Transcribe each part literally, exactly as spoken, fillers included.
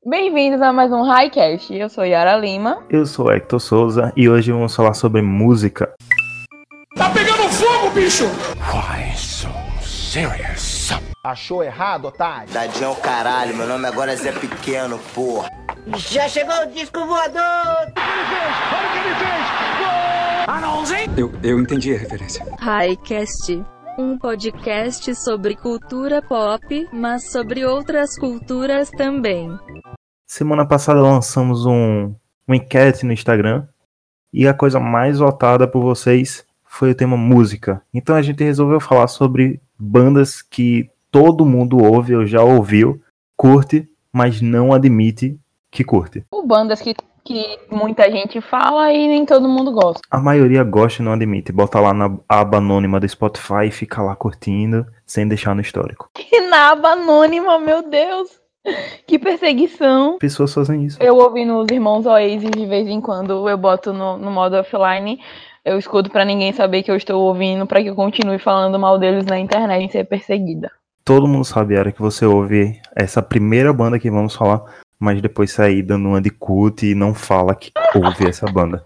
Bem-vindos a mais um Highcast. Eu sou Yara Lima. Eu sou Hector Souza e hoje vamos falar sobre música. Tá pegando fogo, bicho! Why so serious? Achou errado, otário? Tadinho é o caralho, meu nome agora é Zé Pequeno, porra. Já chegou o disco voador! Olha o que ele fez! Gol! Anãozinho! Eu, eu entendi a referência. Highcast, um podcast sobre cultura pop, mas sobre outras culturas também. Semana passada lançamos um, uma enquete no Instagram e a coisa mais votada por vocês foi o tema música. Então a gente resolveu falar sobre bandas que todo mundo ouve ou já ouviu, curte, mas não admite que curte. Ou bandas que, que muita gente fala e nem todo mundo gosta. A maioria gosta e não admite. Bota lá na aba anônima do Spotify e fica lá curtindo, sem deixar no histórico. E na aba anônima, meu Deus! Que perseguição! Pessoas fazem isso. Eu ouvindo os Irmãos Oasis de vez em quando, eu boto no, no modo offline, eu escuto pra ninguém saber que eu estou ouvindo, pra que eu continue falando mal deles na internet e ser perseguida. Todo mundo sabe, Era, que você ouve essa primeira banda que vamos falar, mas depois sair dando uma de cult e não fala que ouve essa banda.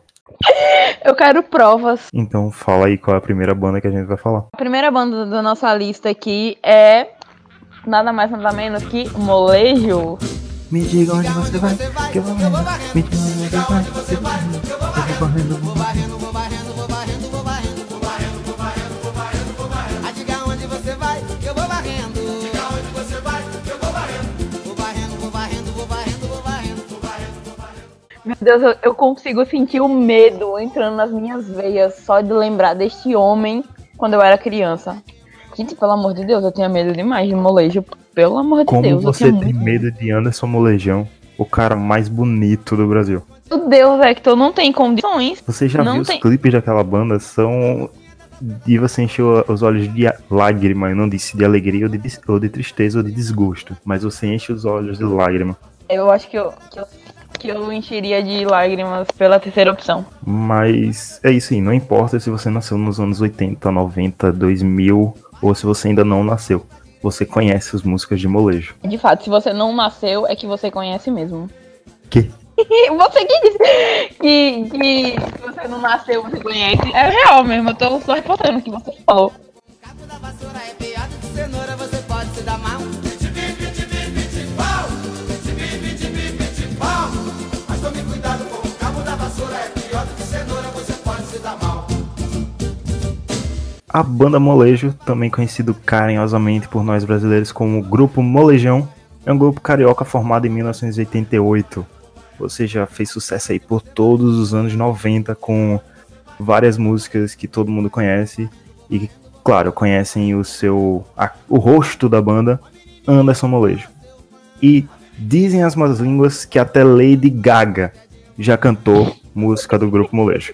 Eu quero provas. Então fala aí qual é a primeira banda que a gente vai falar. A primeira banda da nossa lista aqui é nada mais nada menos que Molejo. Me diga onde você vai, que eu vou varrendo. Me diga onde você vai, que eu vou varrendo. Vou varrendo, vou varrendo, vou varrendo, vou varrendo, vou varrendo, vou varrendo, vou varrendo, vou varrendo. Ah, diga onde você vai, que eu vou varrendo. Diga onde você vai, que eu vou varrendo. Vou varrendo, vou varrendo, vou varrendo, vou varrendo, vou varrendo, vou varrendo. Meu Deus, eu, eu consigo sentir o medo entrando nas minhas veias só de lembrar deste homem quando eu era criança. Gente, pelo amor de Deus, eu tenho medo demais de Molejo. Pelo amor de Como Deus, você eu tenho tem muito medo de Anderson Molejão, o cara mais bonito do Brasil? Meu Deus, Hector, não tem condições. Você já Não viu tem- os clipes daquela banda? São... E você encheu os olhos de lágrima. Eu não disse de alegria ou de, des- ou de tristeza ou de desgosto. Mas você enche os olhos de lágrima. Eu acho que eu, que eu, que eu encheria de lágrimas pela terceira opção. Mas é isso aí. Não importa se você nasceu nos anos oitenta, noventa, dois mil... ou se você ainda não nasceu. Você conhece as músicas de Molejo. De fato, se você não nasceu, é que você conhece mesmo. Que? Você que disse que, que se você não nasceu, você conhece. É real mesmo, eu tô só reportando o que você falou. Cabo da vassoura é pior do que cenoura, você pode se dar mal. Mas tome cuidado com o cabo da vassoura, é pior do que cenoura, você pode se dar mal. A banda Molejo, também conhecido carinhosamente por nós brasileiros como o Grupo Molejão, é um grupo carioca formado em mil novecentos e oitenta e oito. Ou seja, fez sucesso aí por todos os anos noventa com várias músicas que todo mundo conhece e, claro, conhecem o seu a, o rosto da banda, Anderson Molejo. E dizem as más línguas que até Lady Gaga já cantou música do Grupo Molejo.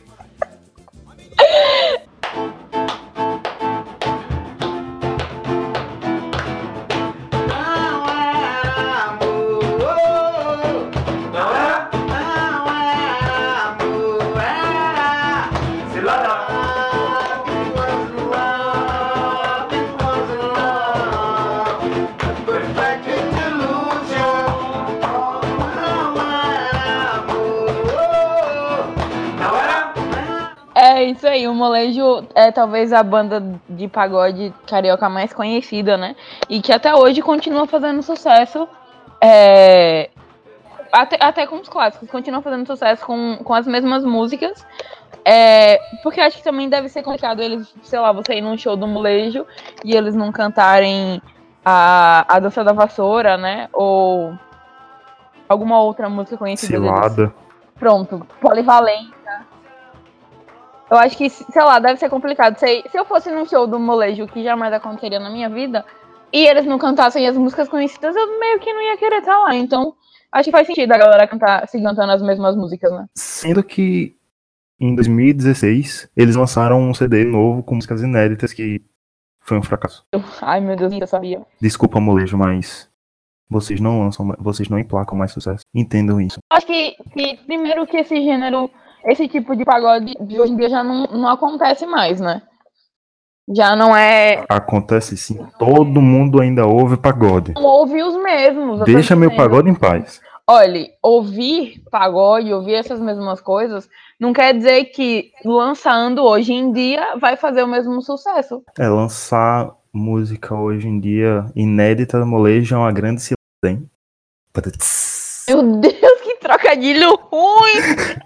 É isso aí, o Molejo é talvez a banda de pagode carioca mais conhecida, né? E que até hoje continua fazendo sucesso. É... Até, até com os clássicos, continua fazendo sucesso com, com as mesmas músicas. É... Porque eu acho que também deve ser complicado eles, sei lá, você ir num show do Molejo e eles não cantarem a, a Dança da Vassoura, né? Ou alguma outra música conhecida deles. Cilada. Pronto, polivalente. Eu acho que, sei lá, deve ser complicado. Se, se eu fosse num show do Molejo, que jamais aconteceria na minha vida, e eles não cantassem as músicas conhecidas, eu meio que não ia querer estar lá. Então, acho que faz sentido a galera cantar, se cantando as mesmas músicas, né? Sendo que em dois mil e dezesseis eles lançaram um C D novo com músicas inéditas que foi um fracasso. Ai, meu Deus, eu sabia. Desculpa, Molejo, mas vocês não lançam, vocês não emplacam mais sucesso. Entendam isso. Acho que, que primeiro que esse gênero, esse tipo de pagode de hoje em dia já não, não acontece mais, né? Já não é... Acontece sim. Todo mundo ainda ouve pagode. Não ouve os mesmos. eu tô Deixa meu dizendo. pagode em paz. Olha, ouvir pagode, ouvir essas mesmas coisas, não quer dizer que lançando hoje em dia vai fazer o mesmo sucesso. É, lançar música hoje em dia inédita do molejo é uma grande cilada, hein? Putz. Meu Deus, que trocadilho ruim!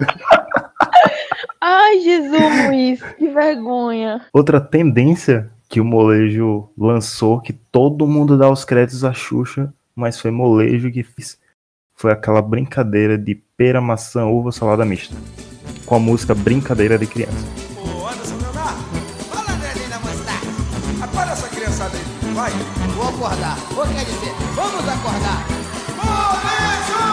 Ai, Jesus, Luiz, que vergonha. Outra tendência que o molejo lançou, que todo mundo dá os créditos à Xuxa, mas foi molejo que fez, foi aquela brincadeira de pera, maçã, uva, salada mista, com a música Brincadeira de Criança. Ô, Anderson Leonardo, fala, Andrezinho da Mostarda. Acorda essa criançada aí, vai. Vou acordar. Vou quer dizer, vamos acordar. Molejo!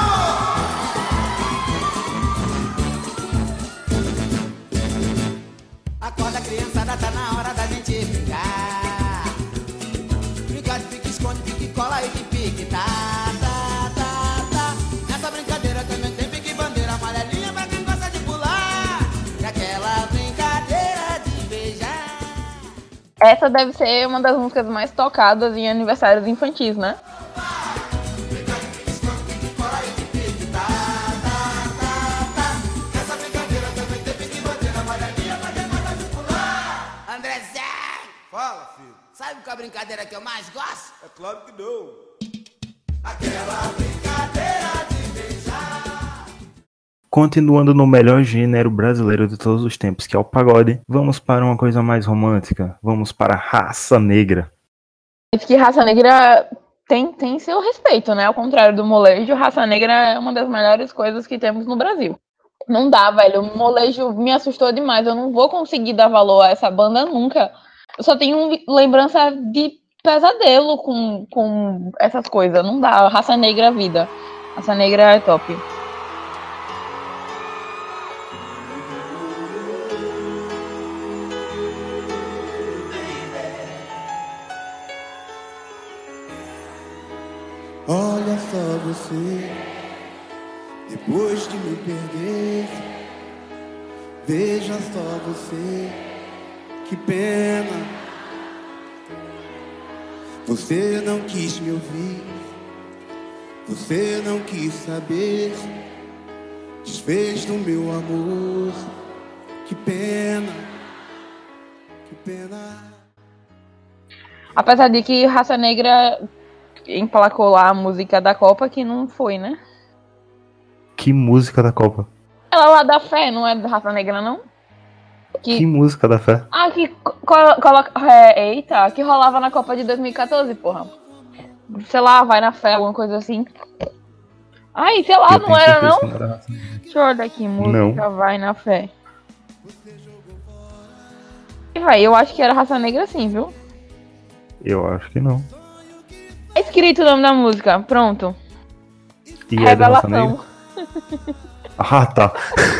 Acorda, criançada, tá na hora da gente brincar. Brincar de pique, esconde, pique, cola e de pique, tá, tá, tá, tá. Nessa brincadeira também tem pique, bandeira amarelinha pra quem gosta de pular. E aquela brincadeira de beijar. Essa deve ser uma das músicas mais tocadas em aniversários infantis, né? Andrezé, Fala, filho. sabe qual é a brincadeira que eu mais gosto? É claro que não. Continuando no melhor gênero brasileiro de todos os tempos, que é o pagode, vamos para uma coisa mais romântica. Vamos para Raça Negra. Diz que Raça Negra tem, tem seu respeito, né? Ao contrário do molejo, Raça Negra é uma das melhores coisas que temos no Brasil. Não dá, velho. O molejo me assustou demais. Eu não vou conseguir dar valor a essa banda nunca. Eu só tenho lembrança de pesadelo com, com essas coisas. Não dá. Raça Negra é vida. Raça Negra é top. Olha só você, depois de me perder, veja só você, que pena. Você não quis me ouvir, você não quis saber, desfez do meu amor, que pena, que pena. Apesar de que Raça Negra emplacou lá a música da Copa, que não foi, né? Que música da Copa? Ela lá da Fé, não é da Raça Negra, não? Que, que música da Fé? Ah, que coloca. É, eita, que rolava na Copa de dois mil e catorze, porra. Sei lá, vai na fé, alguma coisa assim. Ai, sei lá, Eu não era, não? não era assim. Deixa eu olhar aqui, música Não. vai na fé. E vai, eu acho que era Raça Negra sim, viu? Eu acho que não. É escrito o nome da música, pronto. E é da Raça Revelação. Negra? Ah, tá.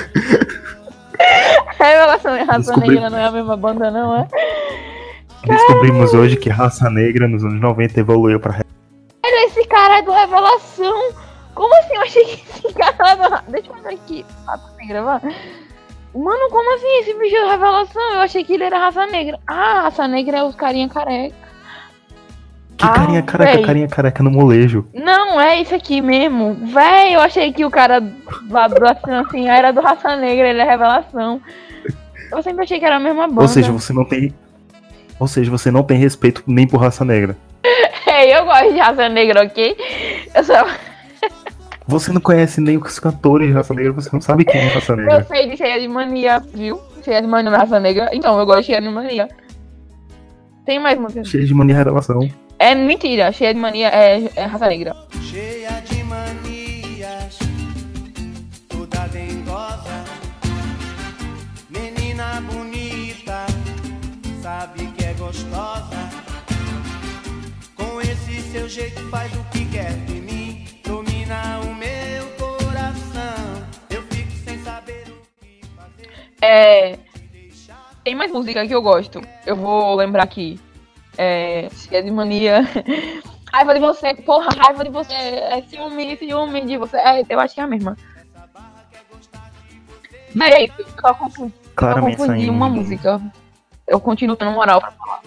Revelação e Raça Descobri- Negra não é a mesma banda, não, é? Descobrimos hoje que Raça Negra nos anos noventa evoluiu pra... Olha, esse cara é do Revelação. Como assim? Eu achei que esse cara era do... Deixa eu ver aqui. Raça Negra, vai. Mano, como assim esse bicho é do Revelação? Eu achei que ele era Raça Negra. Ah, Raça Negra é os carinha careca. Que Ah, carinha careca, véi. carinha careca no molejo. Não, é esse aqui mesmo. Véi, eu achei que o cara lá do assim, era do Raça Negra, ele é Revelação. Eu sempre achei que era a mesma banda. Ou seja, você não tem... Ou seja, você não tem respeito nem por Raça Negra. É, eu gosto de Raça Negra, ok? Eu só... Você não conhece nem os cantores de Raça Negra, você não sabe quem é Raça Eu Negra. sei de Cheia de Mania, viu? Cheia de Mania na Raça Negra. Então, eu gosto de Cheia de Mania. Tem mais música? Cheio de mania revelação. É mentira, Cheia de Mania é, é Raça Negra. Cheia de manias, toda dengosa, menina bonita, sabe que é gostosa. Com esse seu jeito faz o que quer de mim, domina o meu coração. Eu fico sem saber o que fazer. É... Tem mais música que eu gosto. Eu vou lembrar aqui. É... Cheia de Mania. Raiva de você. Porra, raiva de você. É ciúme, ciúme de você. É, eu acho que é a mesma. Mas é isso. Eu só confundi, eu Claramente confundi saindo. uma música. Eu continuo tendo moral pra falar.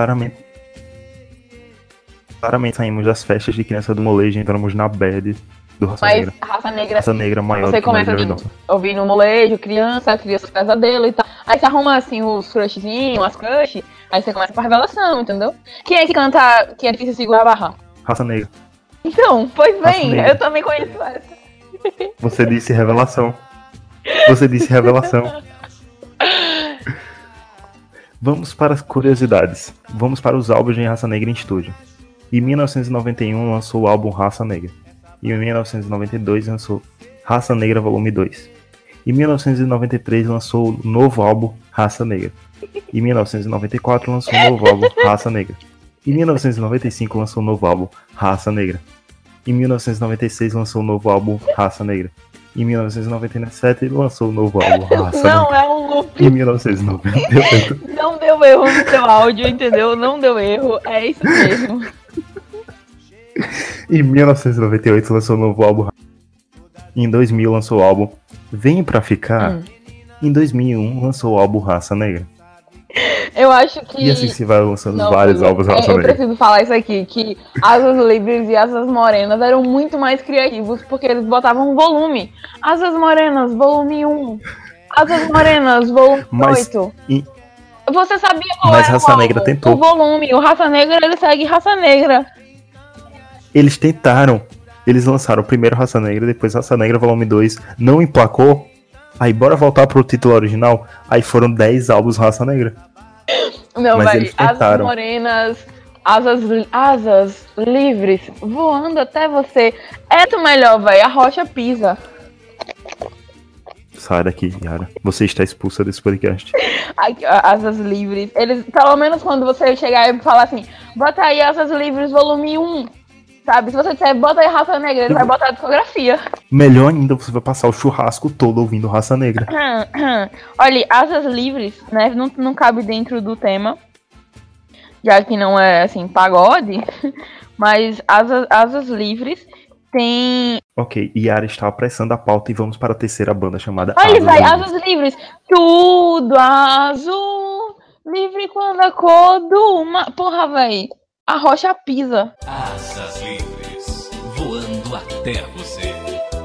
Claramente. Claramente saímos das festas de criança do molejo e entramos na bad Do Raça Mas Negra. Raça Negra, Raça Negra maior você do que começa Marília assim, Mendonça. ouvindo no molejo, criança, criança pesadelo e tal. Aí você arruma assim os crushzinhos, as crush, aí você começa com a revelação, entendeu? Quem é que canta, quem é que se segura a barra? Raça Negra. Então, pois Raça bem, Negra. eu também conheço essa. Você disse revelação. Você disse revelação. Vamos para as curiosidades. Vamos para os álbuns de Raça Negra em estúdio. Em mil novecentos e noventa e um lançou o álbum Raça Negra. E em mil novecentos e noventa e dois lançou Raça Negra Volume dois. Em mil novecentos e noventa e três lançou o novo álbum Raça Negra. Em mil novecentos e noventa e quatro lançou o novo álbum Raça Negra. Em mil novecentos e noventa e cinco lançou o novo álbum Raça Negra. Em mil novecentos e noventa e seis lançou o novo álbum Raça Negra. Em mil novecentos e noventa e sete lançou o novo álbum Raça Não, Negra. é um loop. Em mil novecentos e noventa e oito Não deu erro no seu áudio, entendeu? Não deu erro, é isso mesmo. Em mil novecentos e noventa e oito lançou o novo álbum. Em dois mil lançou o álbum Vem Pra Ficar. Hum. Em dois mil e um lançou o álbum Raça Negra. Eu acho que... E assim se vai lançando Não, vários eu- álbuns é, Raça Eu Negra. preciso falar isso aqui, que Asas Livres e Asas Morenas eram muito mais criativos, porque eles botavam volume. Asas Morenas, volume um. Asas Morenas, volume Mas oito. em- Você sabia qual Mas era Raça o álbum? Negra tentou. O volume, o Raça Negra, ele segue Raça Negra. Eles tentaram. Eles lançaram o primeiro Raça Negra, depois Raça Negra Volume dois. Não emplacou. Aí bora voltar pro título original. Aí foram dez álbuns Raça Negra. Não, Mas velho, eles Asas tentaram. Morenas, asas, li- asas livres, voando até você. É do melhor, velho, a rocha pisa. Sai daqui, Yara. Você está expulsa desse podcast. Aqui, ó, Asas Livres. Eles, pelo menos quando você chegar e falar assim, bota aí Asas Livres volume um. Sabe? Se você disser, bota aí Raça Negra, ele vai botar a discografia. Melhor ainda, você vai passar o churrasco todo ouvindo Raça Negra. Olha, Asas Livres, né? Não, não cabe dentro do tema. Já que não é assim, pagode. Mas Asas, Asas Livres tem. Ok, Yara está apressando a pauta e vamos para a terceira banda chamada Olha, Asas vai, Livres. Asas Livres. Tudo azul. Livre quando a cor do mar. Porra, véi. A rocha pisa. Asas livres, voando até você.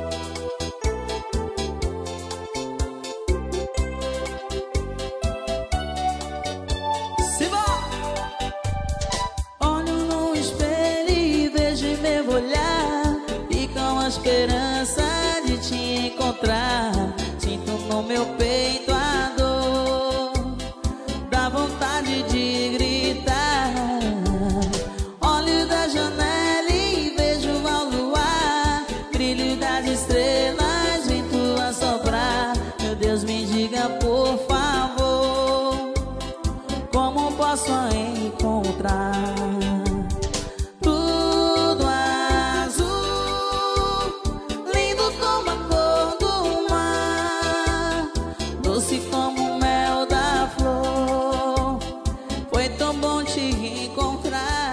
Olho no espelho e vejo meu olhar, e com a esperança de te encontrar, sinto no meu peito a dor, dá vontade de gritar. Olho da janela e vejo ao luar, brilho das estrelas, vento a soprar. Meu Deus, me diga por favor, como posso encontrar tudo azul, lindo como a cor do mar, doce como o mel da flor. Foi tão bom te encontrar.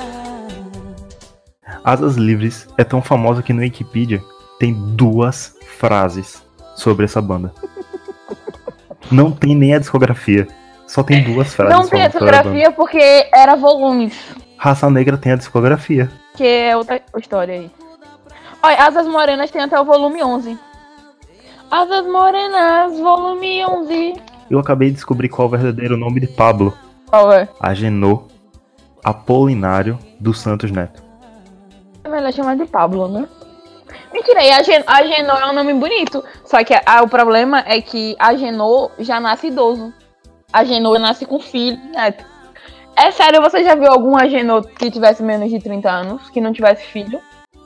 Asas Livres é tão famosa que no Wikipedia tem duas frases sobre essa banda. Não tem nem a discografia. Só tem duas frases. Não tem a falando sobre a banda. discografia porque era volumes. Raça Negra tem a discografia. Que é outra história aí. Olha, Asas Morenas tem até o volume onze. Asas Morenas, volume onze. Eu acabei de descobrir qual é o verdadeiro nome de Pablo. Qual é? Agenor Apolinário dos Santos Neto. É melhor chamar de Pablo, né? Mentira, e Agen- Agenor é um nome bonito. Só que a- o problema é que Agenor já nasce idoso. Agenor nasce com filho, neto. É sério, você já viu algum Agenor que tivesse menos de trinta anos, que não tivesse filho?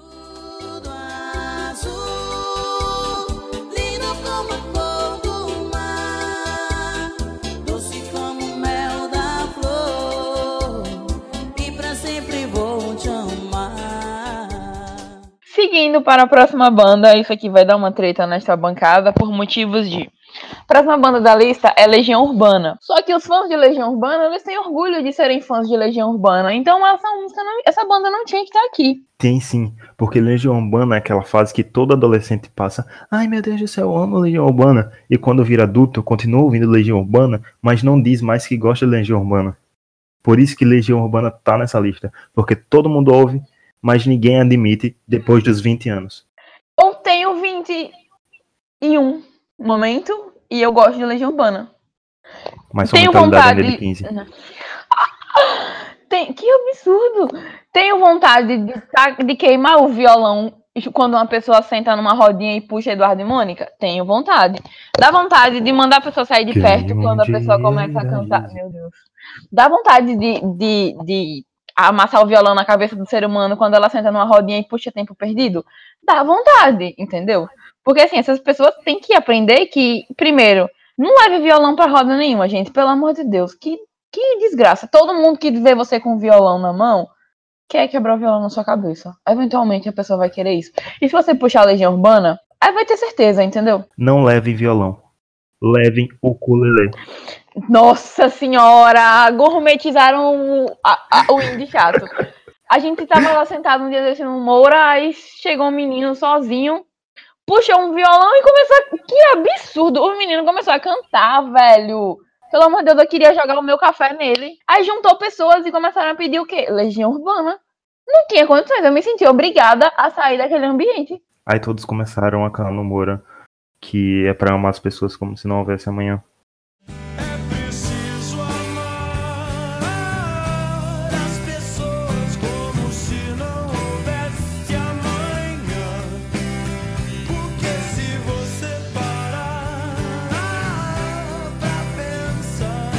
Lindo como a cor do mar, doce como o mel da flor, e pra sempre vou te amar. Seguindo para a próxima banda, isso aqui vai dar uma treta nesta bancada por motivos de... A próxima banda da lista é Legião Urbana. Só que os fãs de Legião Urbana, eles têm orgulho de serem fãs de Legião Urbana. Então essa, música não- essa banda não tinha que estar aqui. Tem sim, porque Legião Urbana é aquela fase que todo adolescente passa. Ai meu Deus do céu, eu amo Legião Urbana. E quando vira adulto, continua ouvindo Legião Urbana, mas não diz mais que gosta de Legião Urbana. Por isso que Legião Urbana tá nessa lista. Porque todo mundo ouve, mas ninguém admite depois dos vinte anos. Ou tenho vinte e um no momento e eu gosto de Legião Urbana. Mas sua Tenho mentalidade vontade. ainda é de quinze. Tem... Que absurdo! Tenho vontade de, tá- de queimar o violão quando uma pessoa senta numa rodinha e puxa Eduardo e Mônica. Tenho vontade. Dá vontade de mandar a pessoa sair de perto Queima quando a pessoa um começa a dia, cantar. Jesus. Meu Deus. Dá vontade de, de, de amassar o violão na cabeça do ser humano quando ela senta numa rodinha e puxa tempo perdido. Dá vontade, entendeu? Porque assim, essas pessoas têm que aprender que, primeiro, não leve violão pra roda nenhuma, gente. Pelo amor de Deus. Que, que desgraça. Todo mundo que vê você com violão na mão quer quebrar o violão na sua cabeça. Eventualmente a pessoa vai querer isso. E se você puxar a Legião Urbana, aí vai ter certeza, entendeu? Não levem violão. Levem o ukulele. Nossa senhora! Gourmetizaram o, a, a, o indie chato. A gente tava lá sentado um dia desse no Moura, aí chegou um menino sozinho, puxou um violão e começou a... Que absurdo! O menino começou a cantar, velho. Pelo amor de Deus, eu queria jogar o meu café nele. Aí juntou pessoas e começaram a pedir o quê? Legião Urbana. Não tinha condições, eu me senti obrigada a sair daquele ambiente. Aí todos começaram a cantar no Moura, que é pra amar as pessoas como se não houvesse amanhã. Preciso amar as pessoas como se não houvesse amanhã. Porque se você parar pra pensar,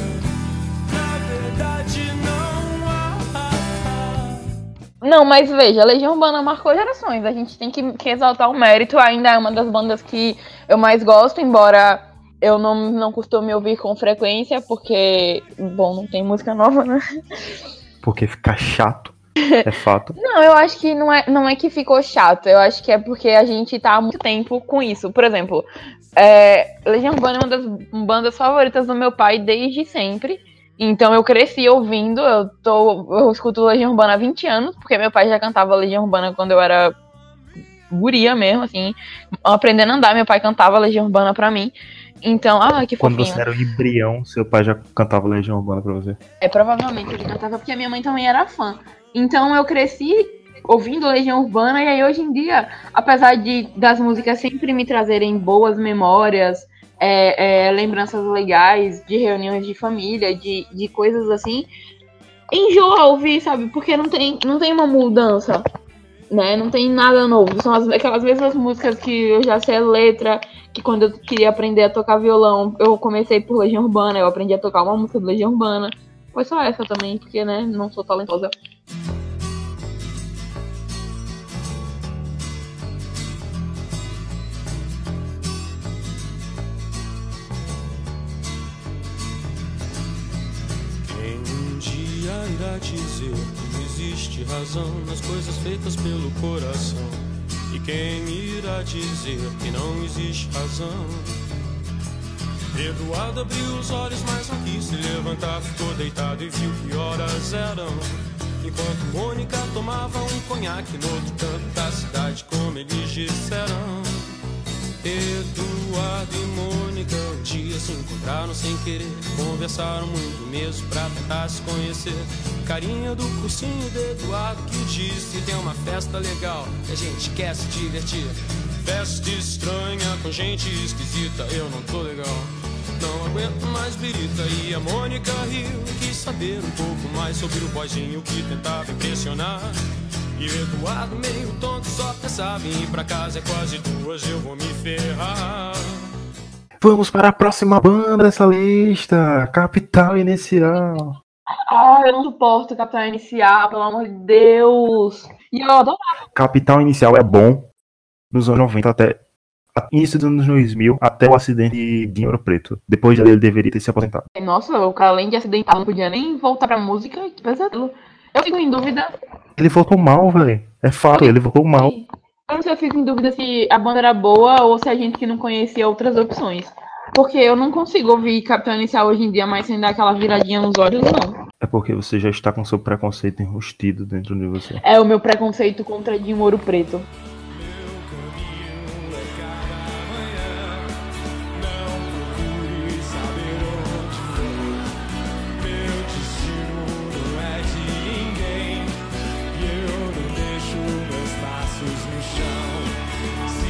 na verdade não há. Não, mas veja, Legião Urbana marcou gerações. A gente tem que, que exaltar o mérito. Ainda é uma das bandas que eu mais gosto, embora eu não, não costume ouvir com frequência, porque, bom, não tem música nova, né? Porque fica chato, é fato. Não, eu acho que não é, não é que ficou chato. Eu acho que é porque a gente tá há muito tempo com isso. Por exemplo, é, Legião Urbana é uma das bandas favoritas do meu pai desde sempre. Então eu cresci ouvindo, eu, tô, eu escuto Legião Urbana há vinte anos, porque meu pai já cantava Legião Urbana quando eu era guria mesmo, assim, aprendendo a andar, meu pai cantava Legião Urbana pra mim. Então, ah, que Quando fofinho. você era um embrião, seu pai já cantava Legião Urbana pra você. É, provavelmente ele cantava porque a minha mãe também era fã. Então eu cresci ouvindo Legião Urbana e aí hoje em dia, apesar de das músicas sempre me trazerem boas memórias, é, é, lembranças legais de reuniões de família, de, de coisas assim, enjoa ouvir, sabe? Porque não tem, não tem uma mudança, né? Não tem nada novo. São as, aquelas mesmas músicas que eu já sei a letra, que quando eu queria aprender a tocar violão, eu comecei por Legião Urbana, eu aprendi a tocar uma música de Legião Urbana. Foi só essa também, porque, né, não sou talentosa. Irá dizer que não existe razão nas coisas feitas pelo coração. E quem irá dizer que não existe razão? Eduardo abriu os olhos, mas não quis se levantar. Ficou deitado e viu que horas eram. Enquanto Mônica tomava um conhaque no outro canto da cidade, como eles disseram. Eduardo e Mônica um dia se encontraram sem querer. Conversaram muito mesmo pra tentar se conhecer. Carinha do cursinho de Eduardo que disse: tem uma festa legal e a gente quer se divertir. Festa estranha com gente esquisita, eu não tô legal, não aguento mais birita. E a Mônica riu, quis saber um pouco mais sobre o boyzinho que tentava impressionar. E o Eduardo meio tonto só pensava em ir pra casa, é quase duas, eu vou me ferrar. Vamos para a próxima banda dessa lista, Capital Inicial. Ah, eu não suporto Capital Inicial, pelo amor de Deus. E eu adoro. Capital Inicial é bom nos anos noventa até início dos anos dois mil, até o acidente de Ouro Preto. Depois dele ele deveria ter se aposentado. Nossa, o cara além de acidentar não podia nem voltar pra música, que pesadelo. Eu fico em dúvida. Ele voltou mal, velho. É fato, ele voltou mal. Eu não sei, eu fico em dúvida se a banda era boa ou se a gente que não conhecia outras opções. Porque eu não consigo ouvir Capital Inicial hoje em dia mais sem dar aquela viradinha nos olhos, não. É porque você já está com seu preconceito enrustido dentro de você. É o meu preconceito contra Dinho Ouro Preto. No chão,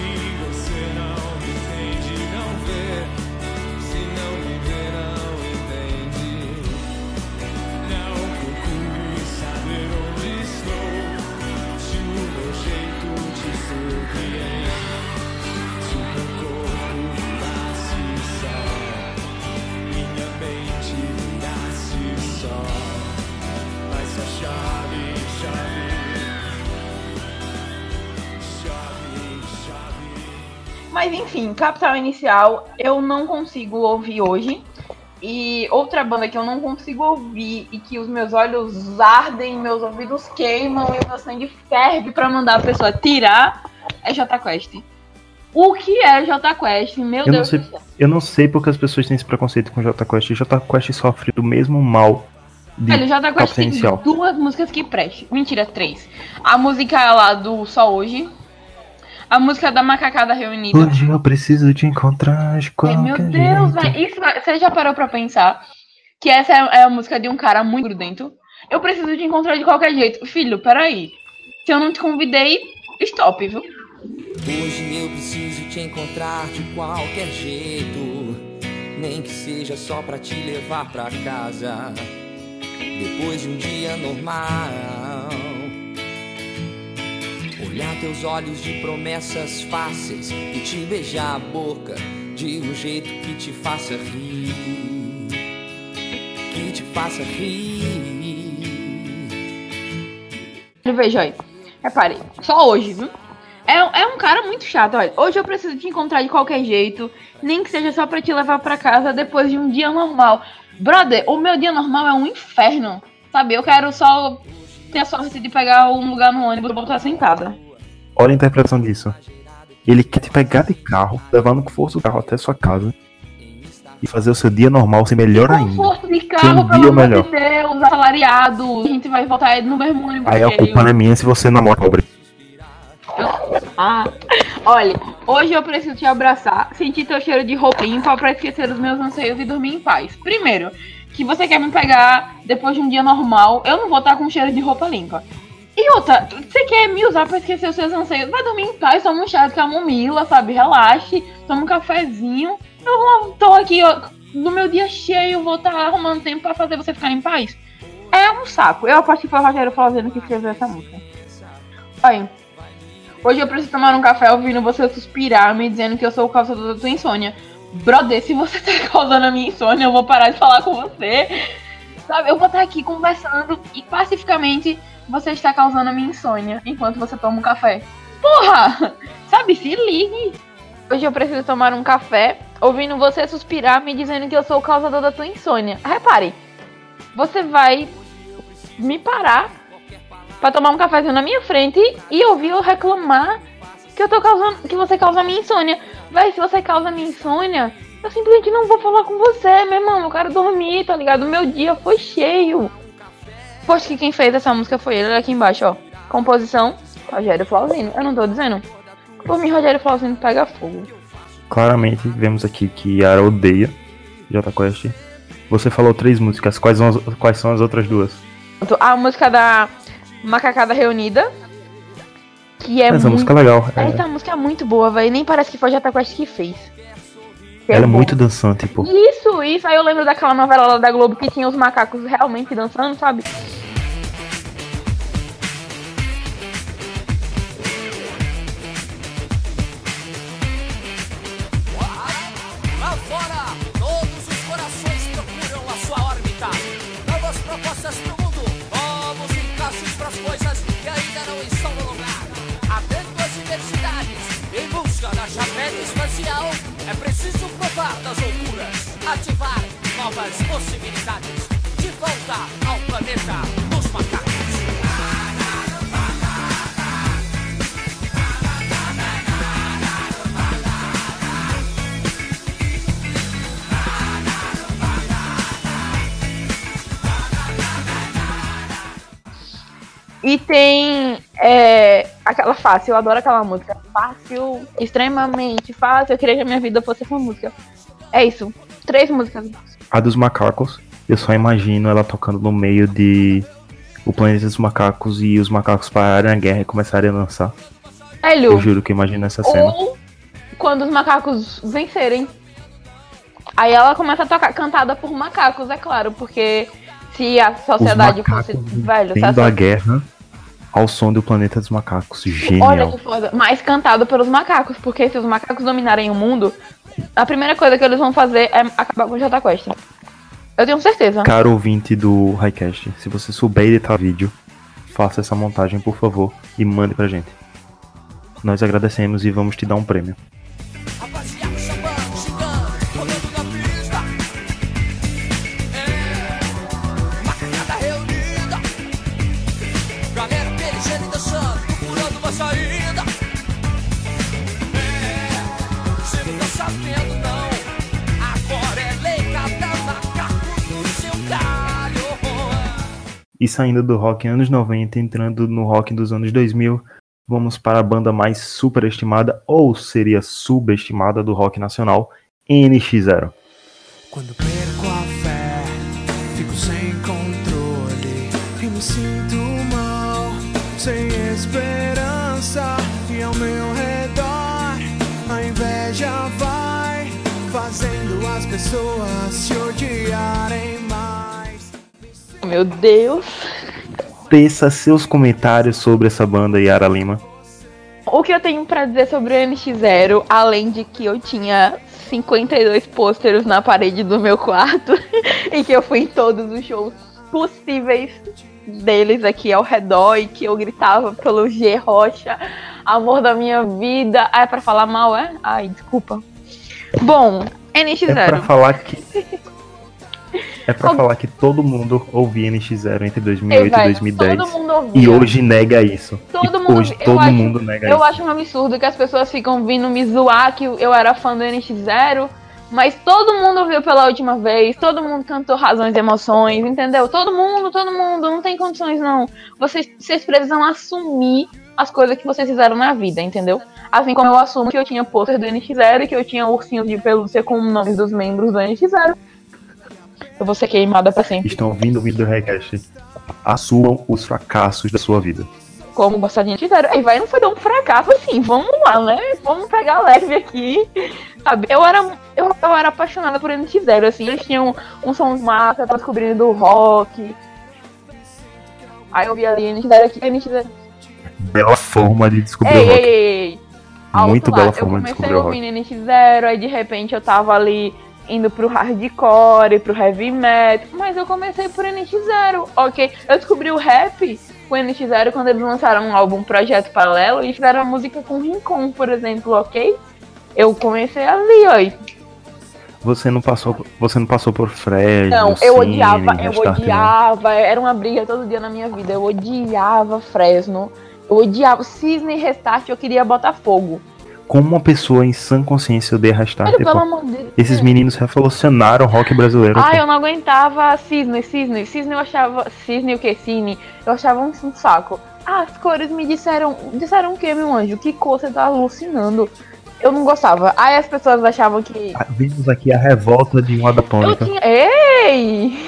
Mas enfim, Capital Inicial eu não consigo ouvir hoje. E outra banda que eu não consigo ouvir e que os meus olhos ardem, meus ouvidos queimam e o meu sangue ferve pra mandar a pessoa tirar é Jota Quest. O que é Jota Quest? Meu Eu não Deus sei, do céu. eu não sei porque as pessoas têm esse preconceito com Jota Quest. Jota Quest sofre do mesmo mal de Velho, Jota Quest Capital tem Inicial. duas músicas que prestam. Mentira, três. A música lá do Só Hoje. A música da Macacada Reunida. Hoje eu preciso te encontrar de Ai, qualquer meu Deus, jeito. velho. Isso, você já parou pra pensar que essa é, é a música de um cara muito grudento? Eu preciso te encontrar de qualquer jeito. Filho, peraí. Se eu não te convidei, stop, viu? Hoje eu preciso te encontrar de qualquer jeito, nem que seja só pra te levar pra casa, depois de um dia normal. Olhar teus olhos de promessas fáceis e te beijar a boca de um jeito que te faça rir, que te faça rir. Veja aí. Repare, só hoje, viu? É, é um cara muito chato, olha. Hoje eu preciso te encontrar de qualquer jeito, nem que seja só pra te levar pra casa depois de um dia normal. Brother, o meu dia normal é um inferno, sabe? Eu quero só ter a sorte de pegar um lugar no ônibus e voltar sentada. Olha a interpretação disso. Ele quer te pegar de carro, levando com força o carro até sua casa e fazer o seu dia normal ser melhor ainda. Força de Ser carro, um pelo dia amor melhor. de Deus, assalariado. A gente vai voltar no mesmo ônibus. Aí a cheio. culpa não é minha se você namora pobre. Ah, olha, hoje eu preciso te abraçar, sentir teu cheiro de roupa limpa pra esquecer os meus anseios e dormir em paz. Primeiro, que você quer me pegar depois de um dia normal, eu não vou estar com cheiro de roupa limpa. E outra, você quer me usar pra esquecer os seus anseios? Vai dormir em paz, toma um chá de camomila, sabe? Relaxe, toma um cafezinho. Eu vou, tô aqui, ó, no meu dia cheio, vou estar arrumando tempo pra fazer você ficar em paz. É um saco. Eu aposto que foi o Rogério Flauzino que escreveu essa música. Olha, hoje eu preciso tomar um café ouvindo você suspirar, me dizendo que eu sou o causador da tua insônia. Brother, se você tá causando a minha insônia, eu vou parar de falar com você. Sabe, eu vou estar aqui conversando e pacificamente você está causando a minha insônia enquanto você toma um café. Porra! Sabe, se ligue. Hoje eu preciso tomar um café ouvindo você suspirar, me dizendo que eu sou o causador da tua insônia. Repare, você vai me parar pra tomar um cafezinho na minha frente e ouvir eu reclamar que eu tô causando, que você causa a minha insônia. Véi, se você causa a minha insônia, eu simplesmente não vou falar com você, meu irmão. Eu quero dormir, tá ligado? O meu dia foi cheio. Posto que quem fez essa música foi ele, olha aqui embaixo, ó. Composição, Rogério Flauzino. Eu não tô dizendo. Por mim, Rogério Flauzino pega fogo. Claramente, vemos aqui que Yara odeia Jota Quest. Você falou três músicas, quais são as, quais são as outras duas? A música da Macacada Reunida, que é Essa muito... música é legal. É. Essa música é muito boa, velho. Nem parece que foi Jota Quest que fez. Que Ela é, é muito dançante, pô. Isso, isso. Aí eu lembro daquela novela lá da Globo que tinha os macacos realmente dançando, sabe? Lá fora, todos os corações procuram a sua órbita. Novas propostas pro mundo, novos encaixes pras coisas que ainda não estão no lugar. Abrindo as diversidades, em busca da chapéu espacial, é preciso provar das alturas, ativar novas possibilidades. De volta ao planeta dos macacos. E tem é, aquela fácil, eu adoro aquela música. Fácil, extremamente fácil. Eu queria que a minha vida fosse essa música. É isso, três músicas. A dos macacos, eu só imagino ela tocando no meio de O Planeta dos Macacos e os macacos pararem a guerra e começarem a dançar. Velho, Eu juro que eu imagino essa cena. ou quando os macacos vencerem. Aí ela começa a tocar, cantada por macacos, é claro, porque se a sociedade Os macacos fosse. Velho, se a tendo a so- guerra ao som do Planeta dos Macacos. Olha Genial. que foda. Mas cantado pelos macacos, porque se os macacos dominarem o mundo, a primeira coisa que eles vão fazer é acabar com o Jota Quest. Eu tenho certeza. Caro ouvinte do Highcast, se você souber editar vídeo, faça essa montagem, por favor, e mande pra gente. Nós agradecemos e vamos te dar um prêmio. E saindo do rock anos noventa, entrando no rock dos anos dois mil, vamos para a banda mais superestimada, ou seria subestimada, do rock nacional, N X Zero. Quando perco a fé, fico sem controle e me sinto mal, sem esperança, e ao meu redor a inveja vai fazendo as pessoas se odiarem mais. Meu Deus. Teça seus comentários sobre essa banda, Yara Lima. O que eu tenho pra dizer sobre o N X Zero, além de que eu tinha cinquenta e dois pôsteres na parede do meu quarto e que eu fui em todos os shows possíveis deles aqui ao redor e que eu gritava pelo G Rocha, amor da minha vida. Ah, é pra falar mal, é? Ai, desculpa. Bom, N X Zero. É pra falar que... É pra falar que todo mundo ouvia N X Zero entre dois mil e oito e dois mil e dez. Todo mundo ouvia. E hoje nega isso. Todo e mundo, hoje todo acho, mundo nega eu isso. Eu acho um absurdo que as pessoas ficam vindo me zoar que eu era fã do N X Zero, mas todo mundo ouviu pela última vez, todo mundo cantou Razões e Emoções, entendeu? Todo mundo, todo mundo, não tem condições não. Vocês, vocês precisam assumir as coisas que vocês fizeram na vida, entendeu? Assim como eu assumo que eu tinha pôster do N X Zero e que eu tinha ursinhos de pelúcia com nomes dos membros do N X Zero. Eu vou ser queimada pra sempre. Estão ouvindo o vídeo do Highcast. Assumam os fracassos da sua vida. Como gostar de N X Zero. Aí vai, não foi tão um fracasso assim. Vamos lá, né? Vamos pegar leve aqui. Sabe? Eu era, eu, eu era apaixonada por N X Zero, assim. Eles tinham um som massa, eu tava descobrindo do rock. Aí eu vi ali N X Zero aqui, N X Zero. Bela forma de descobrir ei, o rock. Ei, ei, ei. Muito Alto bela lá. forma de descobrir Eu o rock. comecei ouvindo N X Zero, aí de repente eu tava ali indo pro hardcore, pro heavy metal, mas eu comecei por N X Zero, ok? Eu descobri o rap com N X Zero quando eles lançaram um álbum Projeto Paralelo e fizeram a música com Rincon, por exemplo, ok? Eu comecei ali, ó. Você não passou, você não passou por Fresno, Não, eu Cine, odiava, eu Restart, odiava, era uma briga todo dia na minha vida, eu odiava Fresno, eu odiava Cisne e Restart, eu queria Botafogo. Como uma pessoa em sã consciência eu dei Restart, Mas, pelo amor de Deus. Esses meninos revolucionaram o rock brasileiro. Ah, eu não aguentava Cisne, Cisne, Cisne eu achava, Cisne o que, Cine, eu achava um, um saco. Ah, as cores me disseram, disseram o que, meu anjo? Que cor você tá alucinando? Eu não gostava. Aí as pessoas achavam que... Vimos aqui a revolta de uma da tônica. Eu tinha... Ei!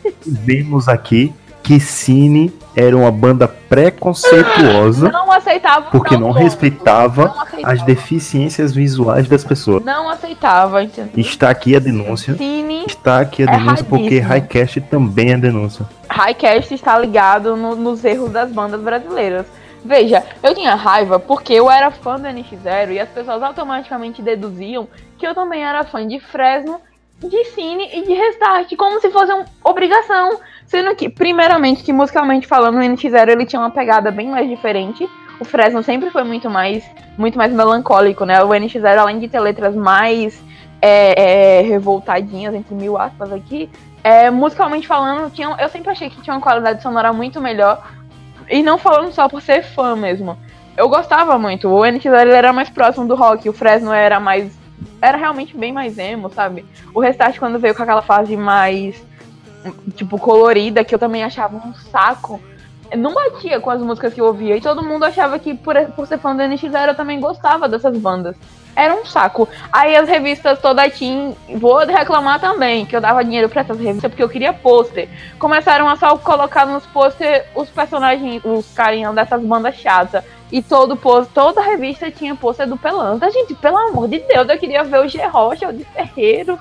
Vimos aqui que Cine era uma banda preconceituosa. Não aceitava. Porque não, não respeitava não aceitava. as deficiências visuais das pessoas. Não aceitava, entendeu? Está aqui a denúncia. Cine Está aqui a é denúncia porque radíssimo. Highcast também é denúncia. Highcast está ligado no, nos erros das bandas brasileiras. Veja, eu tinha raiva porque eu era fã do N X Zero e as pessoas automaticamente deduziam que eu também era fã de Fresno, de Cine e de Restart, como se fosse uma obrigação. Sendo que, primeiramente, que musicalmente falando, o N X Zero ele tinha uma pegada bem mais diferente. O Fresno sempre foi muito mais, muito mais melancólico, né? O N X Zero, além de ter letras mais é, é, revoltadinhas, entre mil aspas aqui, é, musicalmente falando, tinha, eu sempre achei que tinha uma qualidade sonora muito melhor. E não falando só por ser fã mesmo. Eu gostava muito. O N X Zero ele era mais próximo do rock. O Fresno era mais... Era realmente bem mais emo, sabe? O Restart, quando veio com aquela fase mais... Tipo, colorida, que eu também achava um saco. Não batia com as músicas que eu ouvia. E todo mundo achava que, por, por ser fã do N X Zero, eu também gostava dessas bandas. Era um saco. Aí as revistas toda teen, vou reclamar também, que eu dava dinheiro pra essas revistas porque eu queria pôster. Começaram a só colocar nos pôster os personagens, os carinhas dessas bandas chatas. E todo pôster, toda revista tinha pôster do Pelanza. Gente, pelo amor de Deus, eu queria ver o G Rocha, o de Ferreiro.